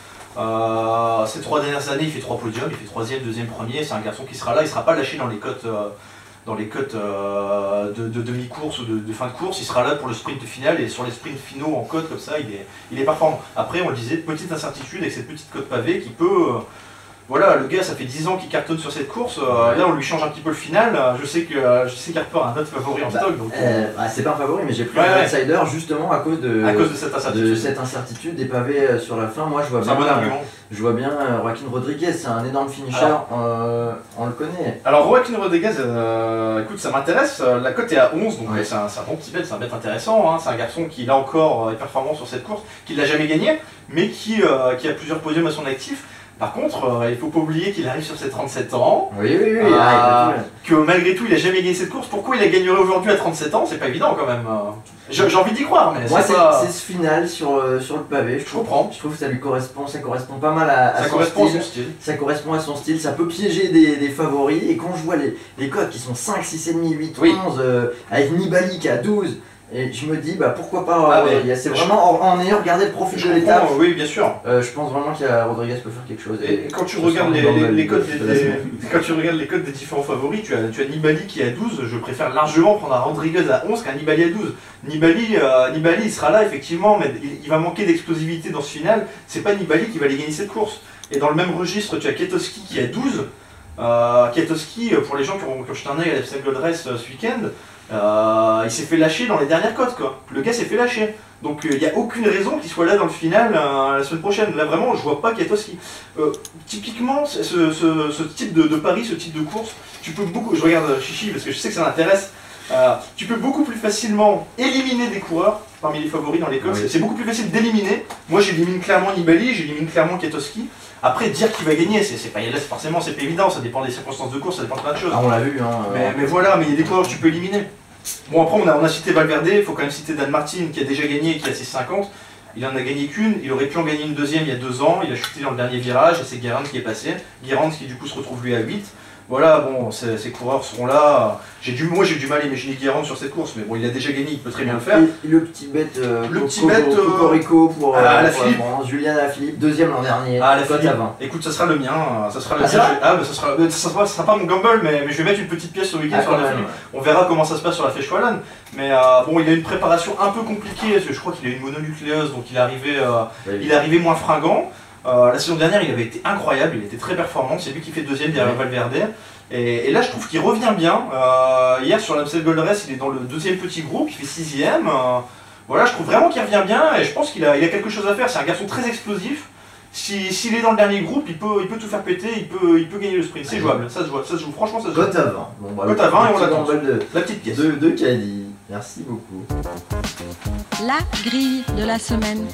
Euh, ces trois dernières années, il fait trois podiums, il fait troisième, deuxième, premier. C'est un garçon qui sera là, il ne sera pas lâché dans les cotes. Euh, dans les cotes euh, de, de demi-course ou de, de fin de course, il sera là pour le sprint final et sur les sprints finaux en cote comme ça, il est, il est performant. Après, on le disait, petite incertitude avec cette petite cote pavée qui peut... Euh, voilà, le gars, ça fait dix ans qu'il cartonne sur cette course, euh, ouais. Là on lui change un petit peu le final, je sais que euh, je sais qu'Harper a un autre favori en bah, stock. Donc, euh, bah, c'est pas un favori, mais j'ai pris ouais, un outsider ouais. justement à cause de, à cause de, cette, incertitude. de cette incertitude, des pavés sur la fin. Moi je vois bien, un bon argument. Je vois bien euh, Joaquin Rodriguez, c'est un énorme finisher, euh, on le connaît. Alors Joaquin Rodriguez, euh, écoute, ça m'intéresse, la cote est à onze, donc ouais. c'est un, un bon petit bet, c'est un bet intéressant, hein. C'est un garçon qui là encore est performant sur cette course, qui l'a jamais gagné, mais qui, euh, qui a plusieurs podiums à son actif. Par contre, euh, il ne faut pas oublier qu'il arrive sur ses trente-sept ans, oui, oui, oui, euh, ah, que malgré tout il n'a jamais gagné cette course. Pourquoi il la gagnerait aujourd'hui à trente-sept ans? C'est pas évident quand même. J'ai envie d'y croire, mais moi c'est pas... ce final sur, euh, sur le pavé, je, je trouve, comprends. Je trouve que ça lui correspond, ça correspond pas mal à, à ça son, correspond style. à son style. Ça correspond à son style, ça peut piéger des, des favoris, et quand je vois les, les cotes qui sont cinq, six virgule cinq, huit, oui. onze, euh, avec Nibali qui est à douze, et je me dis bah pourquoi pas, ah, euh, ouais. c'est vraiment en, en ayant regardé le profil de l'étape. Oui, bien sûr. Euh, je pense vraiment qu'il y a Rodriguez peut faire quelque chose. Et, et quand tu regardes les, les, les codes des, des, quand tu regardes les codes des différents favoris, tu as, tu as Nibali qui est à douze. Je préfère largement prendre un Rodriguez à onze qu'un Nibali à douze. Nibali, euh, Nibali, il sera là effectivement, mais il, il va manquer d'explosivité dans ce final. C'est pas Nibali qui va aller gagner cette course. Et dans le même registre, tu as Kiatowski qui est à douze. Euh, Kiatowski, pour les gens qui ont, qui ont jeté un œil à l'Amstel Gold Race euh, ce week-end. Euh, il s'est fait lâcher dans les dernières cotes, quoi. Le gars s'est fait lâcher. Donc il euh, n'y a aucune raison qu'il soit là dans le final euh, la semaine prochaine. Là vraiment, je vois pas Kiatowski. Euh, typiquement, ce, ce, ce type de, de pari, ce type de course, tu peux beaucoup. Je regarde Chichi parce que je sais que ça m'intéresse. Euh, tu peux beaucoup plus facilement éliminer des coureurs parmi les favoris dans les cotes. Oui. C'est beaucoup plus facile d'éliminer. Moi, j'élimine clairement Nibali, j'élimine clairement Kiatowski. Après, dire qui va gagner, c'est pas là, forcément c'est pas évident, ça dépend des circonstances de course, ça dépend de plein de choses. Ah, on l'a vu, hein. Mais, mais voilà, mais il y a des coureurs que tu peux éliminer. Bon, après, on a, on a cité Valverde, il faut quand même citer Dan Martin qui a déjà gagné, qui a six cinquante. Il en a gagné qu'une, il aurait pu en gagner une deuxième il y a deux ans, il a chuté dans le dernier virage et c'est Guérand qui est passé. Guérand qui du coup se retrouve lui à huit. Voilà, bon, ces, ces coureurs seront là. J'ai du, moi j'ai du mal à imaginer Guérand sur cette course, mais bon, il a déjà gagné, il peut très bien le faire. Et, et le petit bête, euh, le petit Coco, bête, euh, Cocorico pour, euh, la Philippe. Julien Alaphilippe, deuxième l'an dernier. Ah, la Philippe. Écoute, ça sera le mien, ça sera le ah, mien. Ah, bah, ça sera, ça sera, ça sera pas mon gamble, mais, mais je vais mettre une petite pièce ce week-end ah, sur la Philippe. Ouais. On verra comment ça se passe sur la Flèche Wallonne. Mais euh, bon, il a une préparation un peu compliquée, parce que je crois qu'il a une mononucléose, donc il est arrivé, euh, ouais, il est arrivé moins fringant. Euh, la saison dernière, il avait été incroyable, il était très performant. C'est lui qui fait deuxième derrière ouais. Valverde. Et, et là je trouve qu'il revient bien. Euh, hier sur l'Amstel Gold Race, il est dans le deuxième petit groupe, il fait sixième. Euh, voilà, je trouve vraiment qu'il revient bien et je pense qu'il a, il a quelque chose à faire. C'est un garçon très explosif. Si, s'il est dans le dernier groupe, il peut, il peut tout faire péter, il peut, il peut gagner le sprint. C'est jouable, ça se joue, ça se joue. Franchement ça se joue. Cote à vingt. Bon, bah, Cote à vingt et on la l'attend. de La petite pièce. De, de Caddy. Merci beaucoup. La grille de la semaine.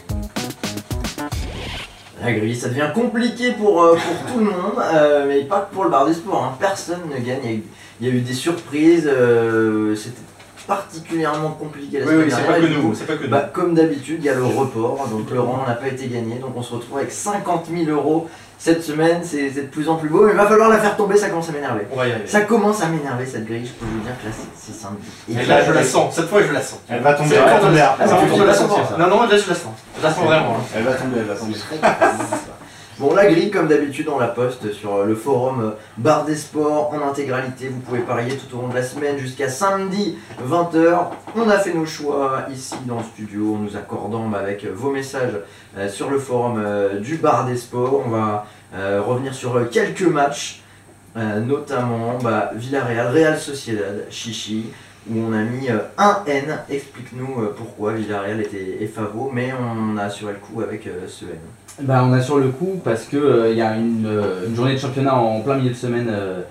La grille, ça devient compliqué pour, euh, pour tout le monde, euh, mais pas que pour le bar des sports. Hein. Personne ne gagne. Il y a eu, il y a eu des surprises. Euh, C'était particulièrement compliqué la Oui, semaine oui, c'est dernière. pas que Et du nous. coup, C'est pas que nous. bah, comme d'habitude, il y a le report. Donc le rang n'a pas été gagné. Donc on se retrouve avec cinquante mille euros cette semaine. C'est c'est de plus en plus beau. Mais il va falloir la faire tomber. Ça commence à m'énerver. On va y arriver. Ça commence à m'énerver cette grille. Je peux vous dire que là, c'est- c'est simple. Et là je la sens, cette fois je la sens. Elle va tomber, C'est elle va encore tomber. de- elle Ah, va c'est tomber. encore de la sens. ça. Non, non, là je la sens. Je la sens vraiment. hein. Elle va tomber, elle va tomber. Bon, la grille, comme d'habitude, on la poste sur le forum euh, Bar des Sports en intégralité. Vous pouvez parier tout au long de la semaine jusqu'à samedi vingt heures. On a fait nos choix ici dans le studio, en nous accordant bah, avec euh, vos messages euh, sur le forum euh, du Bar des Sports. On va euh, revenir sur euh, quelques matchs, euh, notamment bah, Villarreal, Real Sociedad, Chichi, où on a mis euh, un N. Explique-nous euh, pourquoi Villarreal était est favori, mais on a assuré le coup avec euh, ce N. Bah, on assure le coup parce qu'il euh, y a une, euh, une journée de championnat en plein milieu de semaine euh,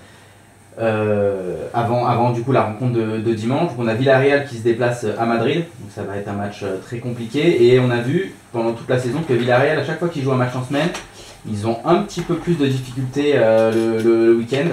euh, avant, avant du coup la rencontre de, de dimanche. Donc on a Villarreal qui se déplace à Madrid, donc ça va être un match euh, très compliqué. Et on a vu pendant toute la saison que Villarreal, à chaque fois qu'ils jouent un match en semaine, ils ont un petit peu plus de difficultés euh, le, le, le week-end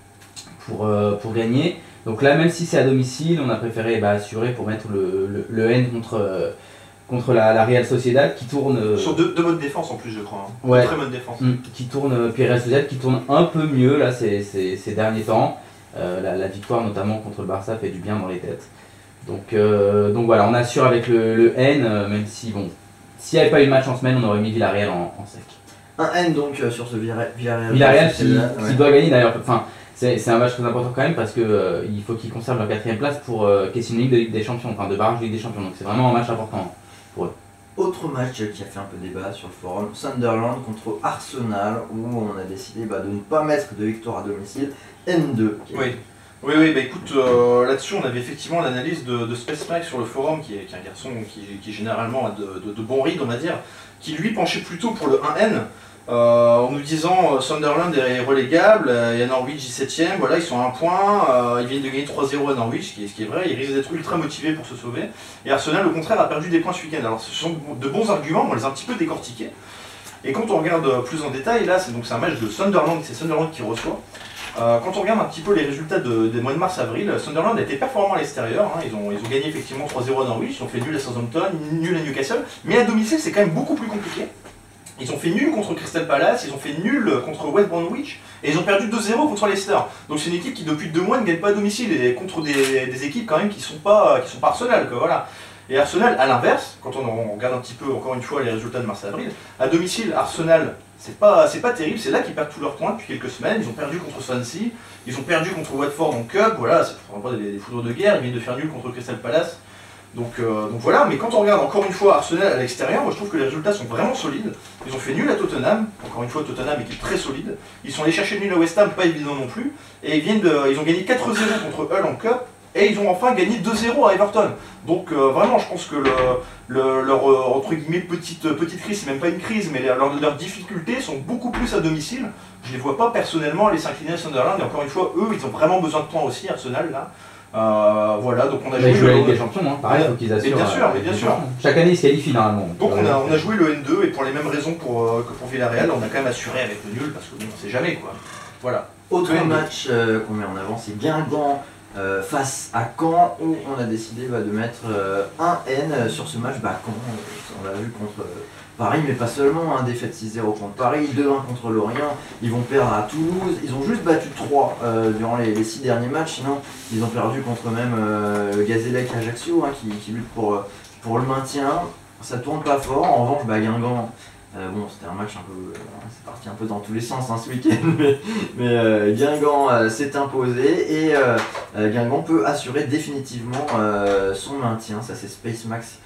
pour, euh, pour gagner. Donc là, même si c'est à domicile, on a préféré bah, assurer pour mettre le, le, le N contre... Euh, contre la, la Real Sociedad qui tourne euh, Sur deux, deux modes défense en plus, je crois. Hein. Ouais. Très bonne défense. mm, qui tourne euh, puis Real Sociedad qui tourne un peu mieux là ces, ces, ces derniers temps. Euh, la, la victoire notamment contre le Barça fait du bien dans les têtes. Donc, euh, donc voilà, on assure avec le, le N, euh, même si bon, s'il n'y avait pas eu de match en semaine, on aurait mis Villarreal en, en sec. Un N donc euh, sur ce Villarreal. Villarreal, Villarreal qui, Sociedad, qui ouais. doit gagner d'ailleurs. Enfin, c'est c'est un match très important quand même parce que euh, il faut qu'ils conservent leur quatrième place pour euh, qui est une Ligue de Ligue des Champions, enfin de barrage de Ligue des Champions. Donc c'est vraiment un match important pour eux. Autre match qui a fait un peu débat sur le forum, Sunderland contre Arsenal, où on a décidé bah, de ne pas mettre de victoire à domicile, N deux. qui est- Oui. Oui, oui, bah écoute, euh, là-dessus on avait effectivement l'analyse de, de Space Mike sur le forum, qui est, qui est un garçon qui, qui généralement a de, de, de bons rides, on va dire, qui lui penchait plutôt pour le un N, euh, en nous disant euh, Sunderland est relégable, euh, il y a Norwich dix-septième, voilà, ils sont à un point, euh, ils viennent de gagner trois zéro à Norwich, ce qui est, ce qui est vrai, ils risquent d'être ultra motivés pour se sauver, et Arsenal au contraire a perdu des points ce week-end. Alors ce sont de bons arguments, on les a un petit peu décortiqués, et quand on regarde plus en détail, là c'est donc c'est un match de Sunderland, c'est Sunderland qui reçoit. Euh, quand on regarde un petit peu les résultats de- des mois de mars-avril, Sunderland a été performant à l'extérieur, hein. ils, ont, ils ont gagné effectivement trois zéro à Norwich, ils ont fait nul à Southampton, nul à Newcastle, mais à domicile c'est quand même beaucoup plus compliqué. Ils ont fait nul contre Crystal Palace, ils ont fait nul contre West Bromwich, et ils ont perdu deux zéro contre Leicester. Donc c'est une équipe qui depuis deux mois ne gagne pas à domicile, et contre des, des équipes quand même qui sont pas, qui sont pas Arsenal, quoi, voilà. Et Arsenal, à l'inverse, quand on, on regarde un petit peu encore une fois les résultats de mars-avril, à domicile, Arsenal, c'est pas, c'est pas terrible, c'est là qu'ils perdent tous leurs points depuis quelques semaines. Ils ont perdu contre Swansea, ils ont perdu contre Watford en Cup, voilà, c'est pas des, des foudres de guerre, ils viennent de faire nul contre Crystal Palace. Donc, euh, donc voilà, mais quand on regarde encore une fois Arsenal à l'extérieur, moi je trouve que les résultats sont vraiment solides. Ils ont fait nul à Tottenham, encore une fois Tottenham équipe très solide. Ils sont allés chercher le nul à West Ham, pas évident non plus. Et ils, viennent de, ils ont gagné quatre zéro contre Hull en Cup. Et ils ont enfin gagné deux zéro à Everton. Donc euh, vraiment, je pense que le, le- leur euh, entre guillemets petite, petite crise, c'est même pas une crise, mais leurs leurs difficultés sont beaucoup plus à domicile. Je les vois pas personnellement les s'incliner à Sunderland. Et encore une fois, eux, ils ont vraiment besoin de points aussi, Arsenal là. Euh, voilà, donc on a Ils joué jouent la le- Ligue des Champions, hein. Pareil, il faut qu'ils assurent. bien sûr, euh, mais bien la Ligue des sûr. Champions. Chaque année ils se qualifient normalement. Donc on a, on a Euh, joué le N deux et pour les mêmes raisons pour, euh, que pour Villarreal, on a quand même assuré avec le nul parce que bon, on sait jamais quoi. Voilà. Autre N deux. match euh, qu'on met en avant, c'est Guingamp euh, face à Caen, où on a décidé bah, de mettre euh, un N sur ce match. Bah, Caen, euh, on l'a vu contre euh, Paris, mais pas seulement, hein, défaite six zéro contre Paris, deux un contre Lorient, ils vont perdre à Toulouse, ils ont juste battu trois euh, durant les, les six derniers matchs, sinon ils ont perdu contre même euh, Gazélec et Ajaccio, hein, qui, qui luttent pour, euh, pour le maintien. Ça tourne pas fort, en revanche bah, Guingamp, euh, bon c'était un match un peu, euh, c'est parti un peu dans tous les sens hein, ce week-end, mais, mais euh, Guingamp euh, s'est imposé et euh, euh, Guingamp peut assurer définitivement euh, son maintien, ça c'est Space Max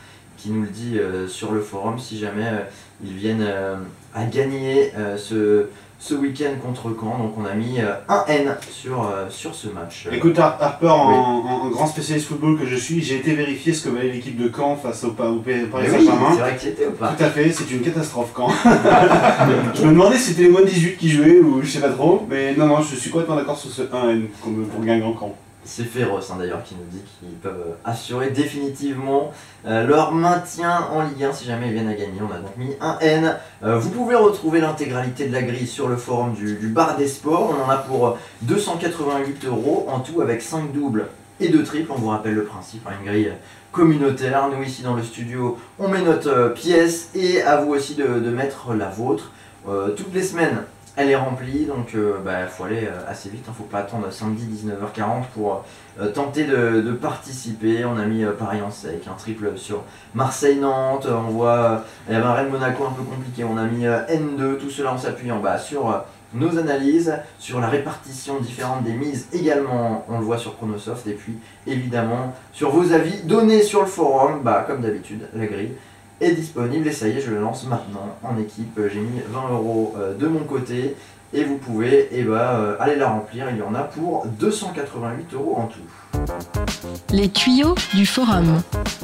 qui nous le dit euh, sur le forum si jamais euh, ils viennent euh, à gagner euh, ce, ce week-end contre Caen. Donc on a mis euh, un N sur, euh, sur ce match. Écoute Harper, en, Oui. en- en grand spécialiste football que je suis, j'ai été vérifier ce que valait l'équipe de Caen face au, Pa- au P- Paris Mais oui, Saint-Germain. c'est vrai que tu y étais ou pas? Tout à fait, c'est une catastrophe Caen. Je me demandais si c'était les moins dix-huit qui jouaient ou je sais pas trop, mais non, non, je suis complètement d'accord sur ce un N comme pour Guingamp Caen. C'est Féroce hein, d'ailleurs qui nous dit qu'ils peuvent assurer définitivement euh, leur maintien en Ligue un si jamais ils viennent à gagner. On a donc mis un N. Euh, vous pouvez retrouver l'intégralité de la grille sur le forum du, du Bar des Sports. On en a pour deux cent quatre-vingt-huit euros en tout avec cinq doubles et deux triples. On vous rappelle le principe, hein, une grille communautaire. Nous ici dans le studio, on met notre euh, pièce et à vous aussi de, de mettre la vôtre. Euh, toutes les semaines, elle est remplie, donc il euh, bah, faut aller euh, assez vite, il ne faut pas attendre samedi dix-neuf heures quarante pour euh, tenter de, de participer. On a mis euh, Paris en sec, un triple sur Marseille-Nantes, on voit, euh, il y avait un Rennes-Monaco un peu compliqué, on a mis euh, N deux, tout cela en s'appuyant bah, sur euh, nos analyses, sur la répartition différente des mises également, on le voit sur Chronosoft, et puis évidemment sur vos avis donnés sur le forum, bah, comme d'habitude, la grille est disponible et ça y est, je le lance maintenant en équipe. J'ai mis vingt euros de mon côté et vous pouvez eh ben, euh, aller la remplir. Il y en a pour deux cent quatre-vingt-huit euros en tout. Les tuyaux du forum.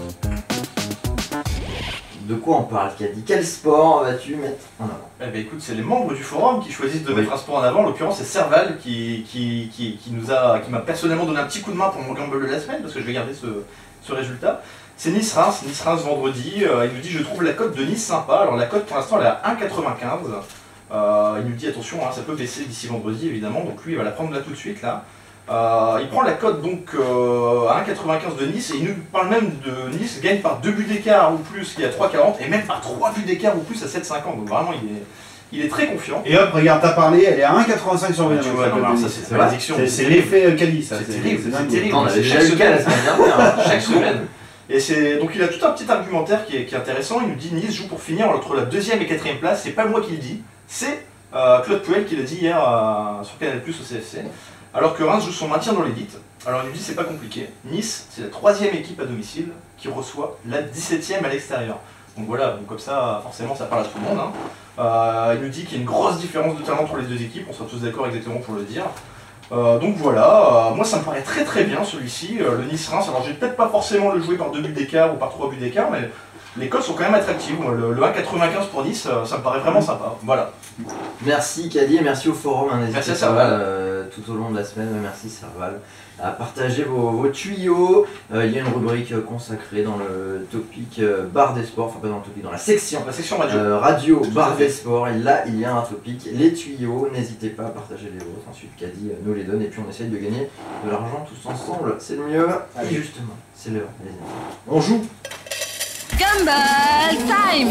De quoi on parle, Caddy? Quel sport vas-tu mettre en avant? Eh ben écoute, c'est les membres du forum qui choisissent de mettre un sport en avant. En l'occurrence, c'est Serval qui, qui, qui, qui nous a, qui m'a personnellement donné un petit coup de main pour mon gamble de la semaine parce que je vais garder ce, ce résultat. C'est Nice-Reims, Nice-Reims vendredi. Euh, il nous dit je trouve la cote de Nice sympa. Alors la cote pour l'instant elle est à un virgule quatre-vingt-quinze. Euh, il nous dit attention, hein, ça peut baisser d'ici vendredi évidemment. Donc lui il va la prendre là tout de suite là. Euh, il prend la cote donc euh, à un virgule quatre-vingt-quinze de Nice et il nous parle même de Nice gagne par deux buts d'écart ou plus qui est à trois virgule quarante et même par trois buts d'écart ou plus à sept virgule cinquante. Donc vraiment il est, il est très confiant. Et hop, regarde, t'as parlé, elle est à un virgule quatre-vingt-cinq sur vingt. Tu vois, non, mais ça c'est vrai. l'addiction. C'est c'est l'effet Cali, ça. C'est terrible, c'est dingue. terrible. On avait Chaque déjà eu le cas la semaine. semaine dernière. hein. Chaque semaine. Et c'est donc il a tout un petit argumentaire qui est, qui est intéressant. Il nous dit Nice joue pour finir entre la deuxième et quatrième place. C'est pas moi qui le dis, c'est euh, Claude Puel qui l'a dit hier euh, sur Canal plus au C F C. Alors que Reims joue son maintien dans l'élite. Alors il nous dit c'est pas compliqué. Nice c'est la troisième équipe à domicile qui reçoit la dix-septième à l'extérieur. Donc voilà, donc comme ça forcément ça parle à tout le monde. Hein. Euh, il nous dit qu'il y a une grosse différence de talent entre les deux équipes. On sera tous d'accord exactement pour le dire. Euh, donc voilà, euh, moi ça me paraît très très bien celui-ci, euh, le Nice-Reims. Alors je vais peut-être pas forcément le jouer par deux buts d'écart ou par trois buts d'écart, mais les cotes sont quand même attractives. Moi, le, le un virgule quatre-vingt-quinze pour Nice, euh, ça me paraît vraiment sympa. Voilà. Merci Caddy et merci au forum. Hein, Merci n'hésitez à pas, Serval. euh, tout au long de la semaine. Merci Serval à partager vos, vos tuyaux. Euh, il y a une rubrique euh, consacrée dans le topic euh, bar des sports, enfin pas dans le topic, dans la section La section radio. Euh, radio, Tout à bar fait. des sports, et là il y a un topic, les tuyaux, n'hésitez pas à partager les vôtres, ensuite Caddy euh, nous les donne et puis on essaye de gagner de l'argent tous ensemble, c'est le mieux. Allez. Et justement, c'est l'heure, les amis. On joue. Gumball Time.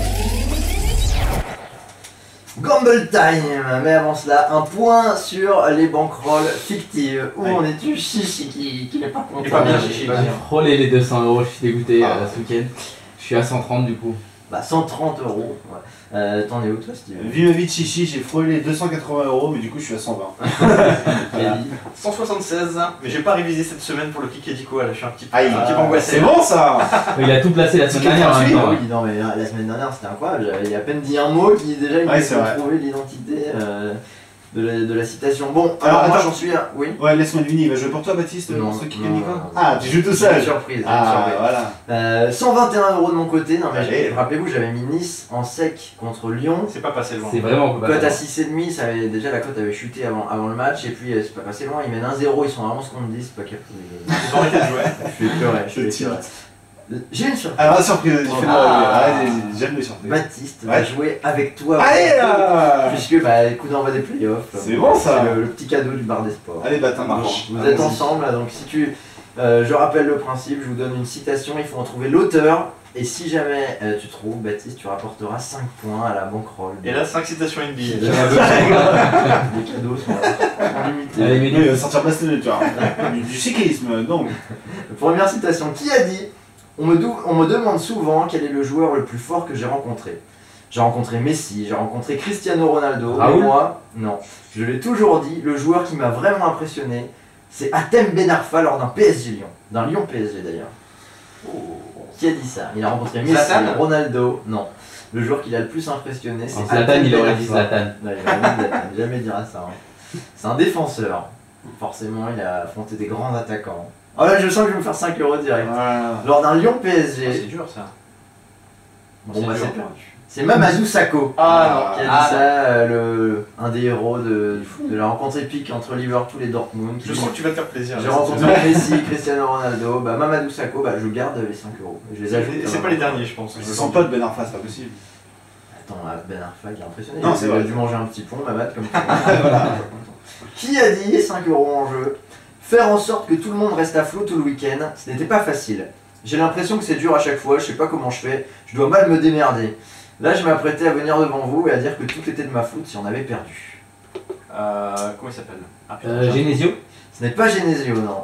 Gamble time. Mais avant cela, un point sur les banquerolles fictives. Où Ouais. en es-tu, Chichi, qui, qui n'est pas content? Il est pas bien, Chichi. J'ai frôlé les deux cents euros, je suis dégoûté Ah. euh, ce week-end. Je suis à cent trente du coup. Bah cent trente euros. Ouais. Euh, T'en es où toi, Steve? Vu ma vie de chichi, j'ai frôlé deux cent quatre-vingts euros, mais du coup je suis à cent vingt. Caddy. cent soixante-seize, mais j'ai pas révisé cette semaine pour le Kikadico, là je suis un petit peu, Aïe, un petit peu angoissé. c'est bon ça. Il a tout placé la semaine dernière en même Ah temps. oui, non mais la semaine dernière c'était incroyable, j'avais à peine dit un mot qui déjà il Ouais, m'a c'est vrai. trouvé l'identité euh, de, la, de la citation. Bon, Alors, alors, moi attends. j'en suis à... Oui. Ouais, laisse-moi deviner, il va jouer pour toi Baptiste, Non, pour ceux qui non, gagnent non, quoi non. Ah, tu joues tout C'est une seul. surprise. une Ah, surprise. voilà. Euh, cent vingt et un euros de mon côté, non mais Allez. j'ai- rappelez-vous j'avais mis Nice en sec contre Lyon. C'est pas passé loin. C'est vraiment on peut pas Cote à savoir. six virgule cinq, ça avait, déjà la cote avait chuté avant, avant le match et puis euh, c'est pas passé loin, ils mènent un zéro, ils sont à onze contre dix, c'est pas capable. Ils ont arrêté de jouer. Je vais pleurer, je vais Je pleurer. J'ai une surprise. Alors, la surprise, vas-y, Oh. fais-moi Ah. rêver. Allez, j'aime les surprises. Baptiste va Ouais. jouer avec toi. Allez là. Puisque bah, coup d'envoi des playoffs. C'est bon, ça. C'est le, le petit cadeau du bar des sports. Allez, bah, ça marche. Vous êtes ensemble, là, donc si tu. euh, je rappelle le principe, je vous donne une citation, il faut en trouver l'auteur. Et si jamais euh, tu trouves, Baptiste, tu rapporteras cinq points à la banquerolle. Et là, cinq citations N B A. Les cadeaux sont, sont limités. Allez, mais Oui, il va sortir Bastille, tu vois. Du, du cyclisme, donc. Première citation, qui a dit on me, dou- on me demande souvent quel est le joueur le plus fort que j'ai rencontré. J'ai rencontré Messi, j'ai rencontré Cristiano Ronaldo, mais Raoul moi, non. Je l'ai toujours dit, le joueur qui m'a vraiment impressionné, c'est Hatem Ben Arfa lors d'un P S G Lyon. D'un Lyon P S G d'ailleurs. Oh, Qui a dit ça? Il a rencontré Messi, Zlatan Ronaldo. Non. Le joueur qui l'a le plus impressionné, c'est Zlatan, Alten il aurait Ben dit Arfa. Zlatan. Non, il aurait dit Zlatan, jamais dira ça. hein. C'est un défenseur. Forcément, il a affronté des grands attaquants. Oh là, je sens que je vais me faire cinq euros direct. Voilà. Lors d'un Lyon P S Ah, G. c'est dur ça. Bon, c'est bah, dur. c'est perdu. C'est Mamadou Sakho Ah qui a dit Ah, ça, euh, le, un des héros de, de la rencontre épique entre Liverpool et Dortmund. Je sens que tu vas te faire plaisir. J'ai là, rencontré c'est- Messi, Cristiano Ronaldo, bah, Mamadou Sakho, bah, je garde les cinq euros. Je les ajoute. C'est c'est pas les derniers, je pense. C'est son pote Ben Arfa, c'est pas possible. Attends, Ben Arfa qui est impressionné. Non, il c'est a vrai. dû manger un petit pont, Mamad, comme tout le monde. Qui a dit cinq euros en jeu? Faire en sorte que tout le monde reste à flot tout le week-end, ce n'était pas facile. J'ai l'impression que c'est dur à chaque fois, je sais pas comment je fais, je dois mal me démerder. Là, je m'apprêtais à venir devant vous et à dire que tout était de ma faute si on avait perdu. Euh, comment il s'appelle Ah, putain, Euh, Genesio. Ce n'est pas Genesio, non.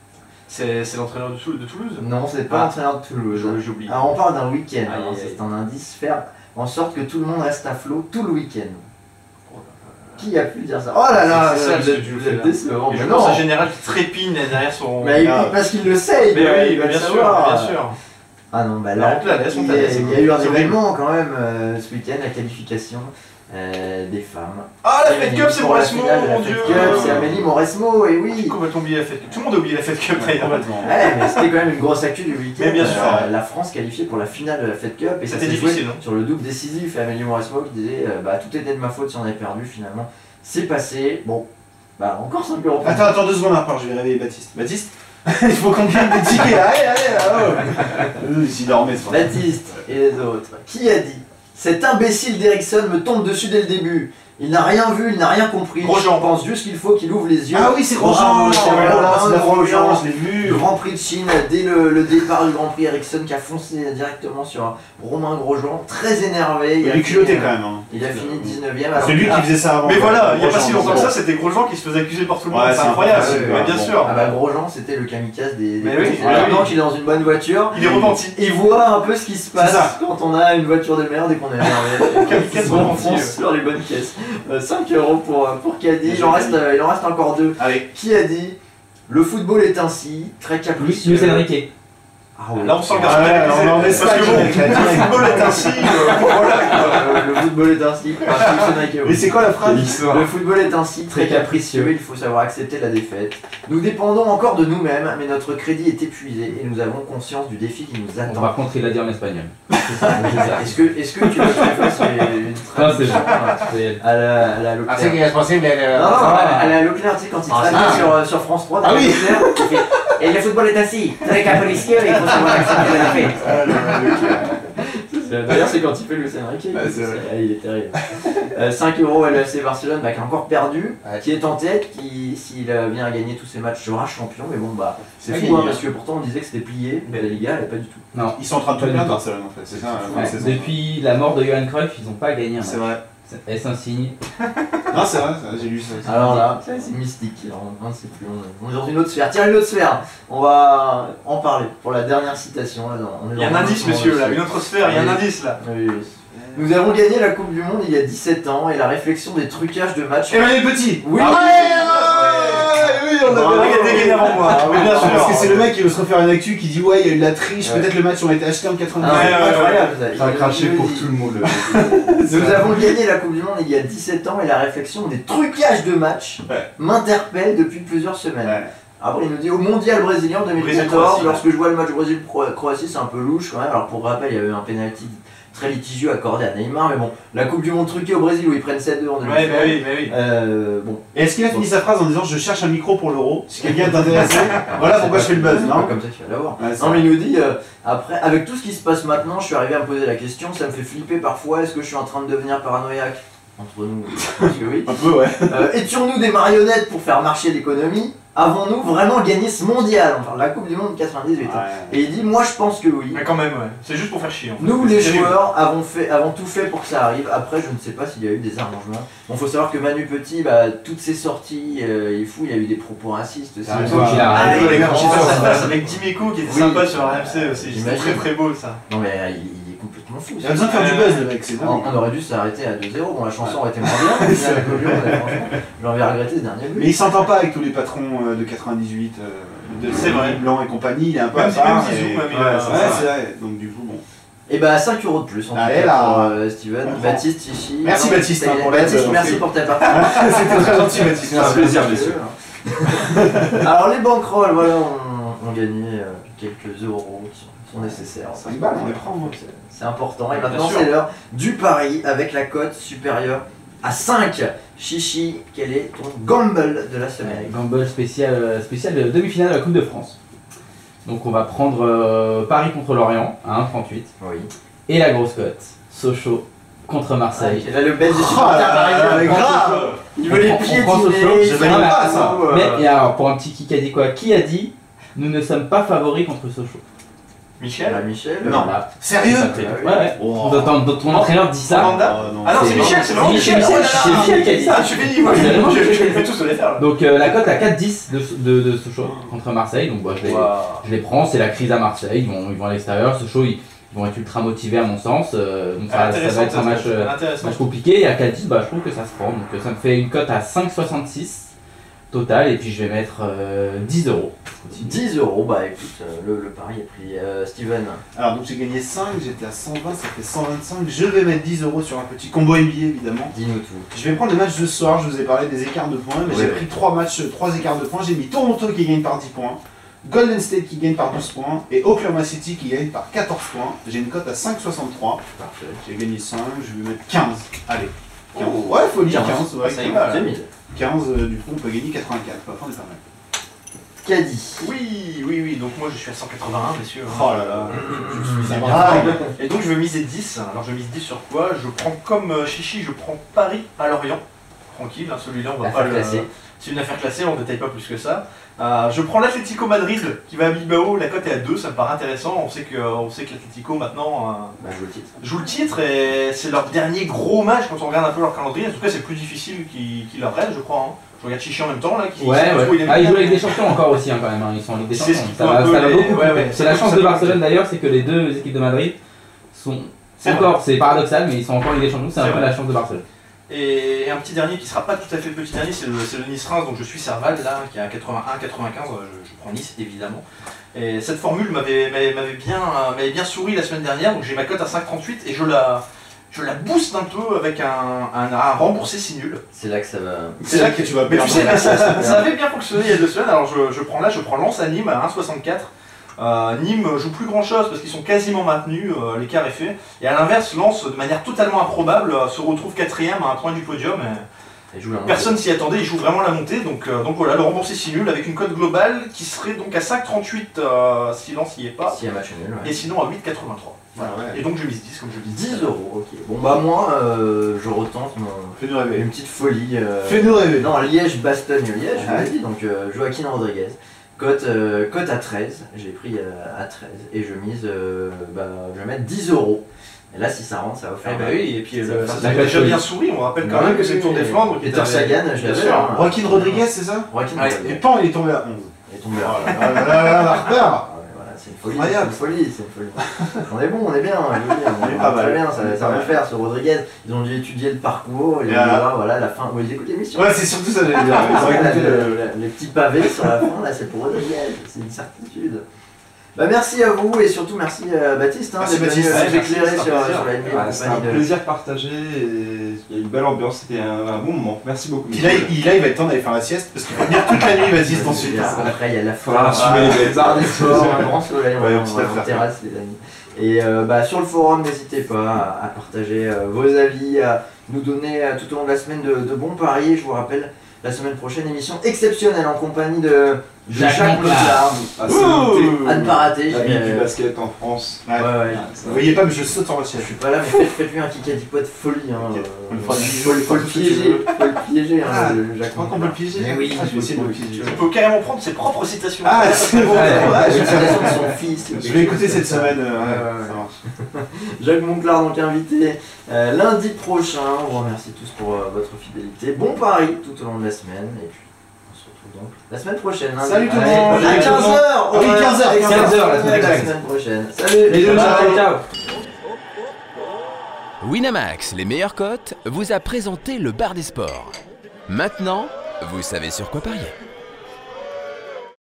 C'est c'est l'entraîneur de, Tou- de Toulouse Non, ce n'est pas Ah. l'entraîneur de Toulouse. Je- J'ai oublié. Alors, on parle d'un week-end, Aïe, hein, aïe, aïe. c'est un indice, faire en sorte que tout le monde reste à flot tout le week-end. Oh là là. Qui a pu dire ça? Oh là là, C'est ça, vous ce êtes- que tu vous fais, êtes là. décevant. Et je Mais pense non. à Général qui trépigne derrière son. Mais il- Ah. parce qu'il le sait, il Mais doit- oui, il doit bien le sûr, savoir. bien sûr. Ah non, bah La là, honte là, laisse, on il y t'a a, laissé. il y a eu un C'est événement quand même euh, ce week-end, la qualification euh, des femmes. Ah, la Fed Cup, c'est Pour la Mauresmo, finale de la mon Fed dieu Cup, c'est Amélie Mauresmo, et oui. Pourquoi va-t-on oublier la Fed Cup Tout le monde a oublié la Fed Cup d'ailleurs. Complètement. Ouais, mais c'était quand même une grosse actu du week-end. Mais bien sûr. Euh, la France qualifiée pour la finale de la Fed Cup et ça C'était s'est joué difficile, non sur le double décisif. Et Amélie Mauresmo qui disait euh, bah tout était de ma faute si on avait perdu finalement. C'est passé. Bon, bah encore cinq euros. pour Attends, attends deux secondes, après, je vais réveiller Baptiste. Baptiste Il faut qu'on gagne des tickets là, allez, allez, là, oh S'il dormait, c'est pas Baptiste et les autres. Qui a dit cet imbécile d'Eriksson me tombe dessus dès le début. Il n'a rien vu, il n'a rien compris. Grosjean. Je pense juste qu'il faut qu'il ouvre les yeux. Ah oui, c'est Bravo, Grosjean, c'est oh là là, Grosjean, c'est la Formule Grosjean. un, je l'ai vu. Le Grand Prix de Chine, dès le, le départ du Grand Prix, Ericsson qui a foncé directement sur Romain Grosjean, très énervé. Il a est culotté fini, quand même. Hein. Il a fini dix-neuvième. C'est lui qui faisait ça avant. Mais quoi. voilà, il n'y a pas Grosjean, si longtemps que bon. ça, c'était Grosjean qui se faisait accuser par tout le monde. Ouais, c'est c'est incroyable. impossible, Mais ouais, bien bon. sûr. Ah bah Grosjean, c'était le kamikaze des. des Mais oui, courses. Et mais maintenant oui. qu'il est dans une bonne voiture, Il est repenti. il voit un peu ce qui se passe C'est ça. quand on a une voiture de merde et qu'on est énervé. Kamikaze On repenti, fonce ouais. sur les bonnes caisses. Euh, cinq euros pour, pour Caddy. Il en reste, euh, il en reste encore deux. Allez. Qui a dit le football est ainsi, très Luis capricieux. Luis Enrique. Ah ouais. Là, on sent le Ah ouais, gars on est en Parce Espagne, que bon, avec la le directe. football est ainsi. euh, Voilà. Euh, le football est ainsi. Ah, Luis Enrique, oui. Mais c'est quoi la phrase Le football est ainsi très capricieux, il faut savoir accepter la défaite. Nous dépendons encore de nous-mêmes, mais notre crédit est épuisé et nous avons conscience du défi qui nous Bon, attend. par contre, il a dit en espagnol. Est-ce que, est-ce que tu veux que je fasse une Non, c'est traduction C'est- à la, à la Leclerc? Así que es posible. Non, non, à la Leclerc, tu sais, quand il Ah, traduit ça. sur, euh, sur France trois, dans Ah la oui. Leclerc, il fait, et le football est ainsi, très capricieux, il faut savoir accepter la défaite. D'ailleurs, c'est quand il fait Luis Enrique, Ouais, c'est vrai. ah, il est terrible. Euh, cinq euros à l'E F C Barcelone, bah, qui a encore perdu, qui est en tête, qui, s'il euh, vient à gagner tous ses matchs, sera champion, mais bon, bah, c'est Ouais, fou, il- hein, parce que pourtant on disait que c'était plié, mais la Liga, elle est pas du tout. Non, Ils sont en train de tout Pas du perdre tout. Barcelone en fait, c'est ça la fin de Ouais, saison. depuis la mort de Johan Cruyff, ils n'ont pas gagné un match. C'est vrai. Est-ce un signe? Non, c'est vrai, ça, j'ai lu ça. aussi. Alors là, c'est mystique, on ne sait plus, on on est dans une autre sphère. Tiens, une autre sphère, on va en parler pour la dernière citation. Là, dans- on est Il y a dans un indice, moment monsieur, là. dessus. Une autre sphère, il y a un indice, là. Oui, oui. Nous avons gagné la Coupe du Monde il y a dix-sept ans et la réflexion des trucages de match. Emmanuel Petit. Oui, Ah oui, oui, on Bravo. avait Il a dégainé avant moi. Ah, Oui, bien sûr. Parce que c'est le mec qui veut se refaire une actu qui dit ouais il y a eu de la triche, Ouais. peut-être le match on a été acheté en Ah, quatre-vingt-dix. Ouais, c'est ouais, incroyable, ça. Ça a Il- craché il le pour dit. tout le monde. Nous avons gagné la Coupe du Monde il y a dix-sept ans et la réflexion des trucages de match Ouais. m'interpelle depuis plusieurs semaines. Ouais. Après, il nous dit au mondial brésilien en deux mille quatorze, Brésil-Croatie, lorsque je vois le match Brésil-Croatie, c'est un peu louche quand même. Alors pour rappel, il y avait eu un penalty très litigieux accordé à Neymar, mais bon, la Coupe du Monde truquée au Brésil où ils prennent sept deux en deux mille Ouais, treize. bah oui, bah oui. Euh, bon, Et est-ce qu'il a fini sa phrase en disant je cherche un micro pour l'euro? Si quelqu'un est intéressé, voilà pourquoi je fais le buzz, c'est pas non? comme ça qu'il va l'avoir. Ouais, c'est Non vrai. mais il nous dit, euh, après, avec tout ce qui se passe maintenant, je suis arrivé à me poser la question, ça me fait flipper parfois, est-ce que je suis en train de devenir paranoïaque? Entre nous, je pense que oui. Un peu, ouais. Euh, étions-nous des marionnettes pour faire marcher l'économie? Avons-nous vraiment gagné ce mondial? On parle de la Coupe du Monde quatre-vingt-dix-huit. Ouais. Et il dit, moi je pense que oui. Mais quand même, ouais. C'est juste pour faire chier, en fait. Nous, C'est les terrible. joueurs, avons, fait, avons tout fait pour que ça arrive. Après, je ne sais pas s'il y a eu des arrangements. Bon, faut savoir que Manu Petit, bah, toutes ses sorties, euh, il est fou, il y a eu des propos racistes aussi. Ah, raison qu'il a Ah, arrêté. il est grand, J'ai fait face à face ça. avec Dimeco qui était Oui. sympa sur R M C aussi. C'était J'imagine. très très beau ça. Non, mais euh, il, il est complètement fou. Il a besoin de faire du buzz le mec, c'est On, dingue. on aurait dû s'arrêter à deux zéro. Bon, la chanson aurait été moins bien, mais avec le Lyon, franchement, j'ai envie de regretter ce dernier but. Mais il s'entend pas avec tous les patrons euh, de quatre-vingt-dix-huit. euh, de C'est vrai. Blanc et compagnie, il est un peu Même à si- part. même si et- Zouk, même, il ouais, a- c'est ouais. c'est vrai. Donc du coup, bon. Et bah cinq euros de plus en tout Allez, cas là. pour euh, Steven, On prend. Baptiste, Chichi. Merci, Non, Baptiste, c'était- hein, pour l'aide, Baptiste, on merci fait. pour ta participation. C'était très gentil, Baptiste. C'est un plaisir, messieurs. Alors les bankrolls, voilà, on, on gagnait euh, quelques euros qui sont, sont nécessaires. cinq balles, on les prend. hein. C'est- C'est important. Et Bien maintenant sûr. c'est l'heure du pari avec la cote supérieure à cinq. Chichi, quel est ton gamble de la Ouais, semaine? Gamble spécial, euh, spécial de demi-finale de la Coupe de France. Donc on va prendre euh, Paris contre Lorient à un virgule trente-huit Oui. et la grosse cote, Sochaux contre Marseille. Ah, là le belge des Oh supporters là là, parisiens. grave. Il veut les On prend- on prend piétiner. Sochaux, il je veut vais les pas passes, ça. euh, Mais et alors pour un petit qui a dit quoi? Qui a dit nous ne sommes pas favoris contre Sochaux? Michel Voilà, Michel. Non. Voilà. Sérieux? Ça fait- Ah oui. Ouais ouais. Oh. Ton, ton- ton entraîneur dit ça. Amanda Oh, non. Ah non, c'est C'est- Michel, c'est vraiment c'est Michel. Michel, oh là là. c'est Michel qui a dit ça. Ah, je suis béni, moi, C'est je vraiment je- Michel. je vais tous les faire. là. Donc euh, la cote à quatre dix de, de, de Sochaux contre Marseille. Donc bah, je, les, Waouh. je les prends, c'est la crise à Marseille. Ils vont, ils vont à l'extérieur. Sochaux ils, ils vont être ultra motivés à mon sens. Euh, donc ça, ça va Intéressant, être un match, euh, intéressant. match compliqué. Et à quatre dix, bah, je trouve que ça se prend. Donc euh, ça me fait une cote à cinq virgule soixante-six total. Et puis je vais mettre euh, dix euros. dix euros, bah écoute, euh, le, le pari est pris. Euh, Steven. Alors donc j'ai gagné cinq, j'étais à cent vingt, ça fait cent vingt-cinq. Je vais mettre dix euros sur un petit combo N B A évidemment. Dis-nous tout. Je vais prendre les matchs de ce soir, je vous ai parlé des écarts de points, mais Ouais, j'ai ouais. pris trois matchs, trois écarts de points. J'ai mis Toronto qui gagne par dix points, Golden State qui gagne par douze points et Oklahoma City qui gagne par quatorze points. J'ai une cote à cinq virgule soixante-trois. Parfait. J'ai gagné cinq, je vais mettre quinze. Allez. quinze. Oh. Ouais, folie, quinze. quinze. Ouais, Ça y quinze. va, là. C'est mille. quinze, euh, du coup on peut gagner quatre-vingt-quatre. Enfin, on est pas mal. Caddy. Oui, oui, oui, donc moi je suis à cent quatre-vingt-un, messieurs. Oh là là. Je suis Ça brave. Et donc je vais miser dix. Alors je mise dix sur quoi? Je prends comme euh, Chichi, je prends Paris à Lorient. Tranquille, hein, celui-là on va pas Affaire le. classée. C'est une affaire classée, on ne détaille pas plus que ça. Euh, je prends l'Atlético Madrid qui va à Bilbao, la cote est à deux, ça me paraît intéressant. On sait que, on sait que l'Atlético maintenant euh, Bah, je vous le titre. joue le titre et c'est leur dernier gros match quand on regarde un peu leur calendrier. En tout cas, c'est le plus difficile qui, qui leur reste, je crois. hein. Je regarde Chichi en même temps là. Qui, Ouais, qui- ouais. il est- Ah, ils jouent avec des champions encore aussi, hein, quand même. hein. Ils sont en Ligue des C'est Champions. ce qui Ça faut va, un peu ça va les- beaucoup. ouais, ouais, c'est ça la peut- chance ça de peut Barcelone compter. d'ailleurs, c'est que les deux équipes de Madrid sont C'est encore, c'est paradoxal, mais ils sont encore en Ligue des Champions. C'est un C'est peu vrai. la chance de Barcelone. Et un petit dernier qui sera pas tout à fait le petit dernier, c'est le, c'est le Nice-Reims, donc je suis Serval là, qui est à quatre-vingt-un quatre-vingt-quinze, je, je prends Nice évidemment. Et cette formule m'avait m'avait- m'avait bien, m'avait bien souri la semaine dernière, donc j'ai ma cote à cinq virgule trente-huit et je la, je la booste un peu avec un, un, un remboursé si nul. C'est là que ça va. C'est là que tu vas Mais perdre. tu sais, ça, ça- ça avait bien fonctionné il y a deux semaines, alors je, je prends là, je prends Lens à Nîmes à un virgule soixante-quatre. Euh, Nîmes joue plus grand chose parce qu'ils sont quasiment maintenus, euh, l'écart est fait. Et à l'inverse, Lens, de manière totalement improbable, euh, se retrouve quatrième à un point du podium. Et Elle joue la montée. personne s'y attendait, ils jouent vraiment la montée. Donc, euh, donc voilà, le remboursé si nul avec une cote globale qui serait donc à cinq virgule trente-huit euh, si Lens n'y est pas. Si un match nul, ouais. Et sinon à huit virgule quatre-vingt-trois. Voilà. Ah ouais. Et donc je mise dix comme je dis. dix euros, ok. Bon bah moi, euh, je retente mon... Fais-nous rêver. une petite folie. euh, Fais-nous rêver. Non, Liège-Bastogne-Liège, je Ouais. vous l'ai dit, donc euh, Joaquin Rodriguez. Cote, euh, cote à treize, j'ai pris euh, à treize et je mise, euh, bah, je vais mettre dix euros. Et là, si ça rentre, ça va faire. Eh bah oui, et puis Ça le- va ça faire s'est la déjà cote bien folie. souri. On rappelle quand Ouais, même que c'est le Tour oui, des Flandres. qui Peter avait- Sagan, je Bien l'avais. sûr. hein. Joaquin Rodriguez, c'est ça? Joaquin Ouais. Et Rodriguez. Pan, il est tombé à onze. Il est tombé là. Ah là là là là, Harper. Ah ouais, voilà, c'est une folie, c'est Incroyable. une folie, c'est une folie. On est bon, on est bien, on est bien, on On est est pas mal. très bien, ça, On est ça pas va le mal. faire, ce Rodriguez. Ils ont dû étudier le parcours, ils Et ont dû voilà. voir, voilà, la fin, où ils écoutent l'émission. Ouais, c'est surtout ça, j'allais dire. Ils ont Voilà, écouté le- le. le- les petits pavés sur la fin, là, c'est pour Rodriguez, c'est une certitude. Bah, merci à vous et surtout merci à Baptiste hein, Merci, d'être venu Baptiste. nous Ouais, merci, éclairer c'est un sur, plaisir. sur la N B A Voilà, en c'était un compagnie de- plaisir partagé et il y a une belle ambiance, c'était un, un bon moment. Merci beaucoup. Puis là, il, là, il va être temps d'aller faire la sieste parce qu'il va venir toute la nuit, Baptiste, ensuite. Après, il y a la Faudra foire, assumer ah, les les arts des sports, un grand soleil, on Ouais, va on se on va fait en faire. terrasse, les amis. Et euh, bah, sur le forum, n'hésitez pas à, à partager euh, vos avis, à nous donner euh, tout au long de la semaine de, de bons paris. Je vous rappelle, la semaine prochaine, émission exceptionnelle en compagnie de, de Jacques Jacques Monclar. Monclar. À se noter. À ne pas rater. La je- vie du euh, basket en France. Ouais. ouais, ouais. Vous voyez pas, mais je saute en Je recherche. suis pas là, mais faites- faites-lui un kikadi de folie. Hein. Ok. euh, On le fera du faut, jeu, faut le tout ce que tu piéger, veux. faut le piéger. Hein, Ah, le Je Jacques crois qu'on peut Monclar. le piéger. Mais oui, Ah, je vais essayer de le faut- piéger. On peut carrément prendre ses propres citations. Ah, c'est bon. Ouais. Ouais, C'est je une vais citation de son fils. Je vais écouter cette semaine. euh, Ouais, ouais, ouais, ouais. ça marche. Jacques Monclar donc invité euh, lundi prochain. On vous remercie tous pour euh, votre fidélité. Bon pari tout au long de la semaine et puis on se retrouve donc la semaine prochaine. lundi. Salut tout le Allez, monde. à quinze heures. Ah oui, quinze heures, quinze heures, la semaine la prochaine. semaine prochaine. Salut. Bisous, Ciao. ciao, ciao. Winamax, les meilleures cotes, vous a présenté le bar des sports. Maintenant, vous savez sur quoi parier.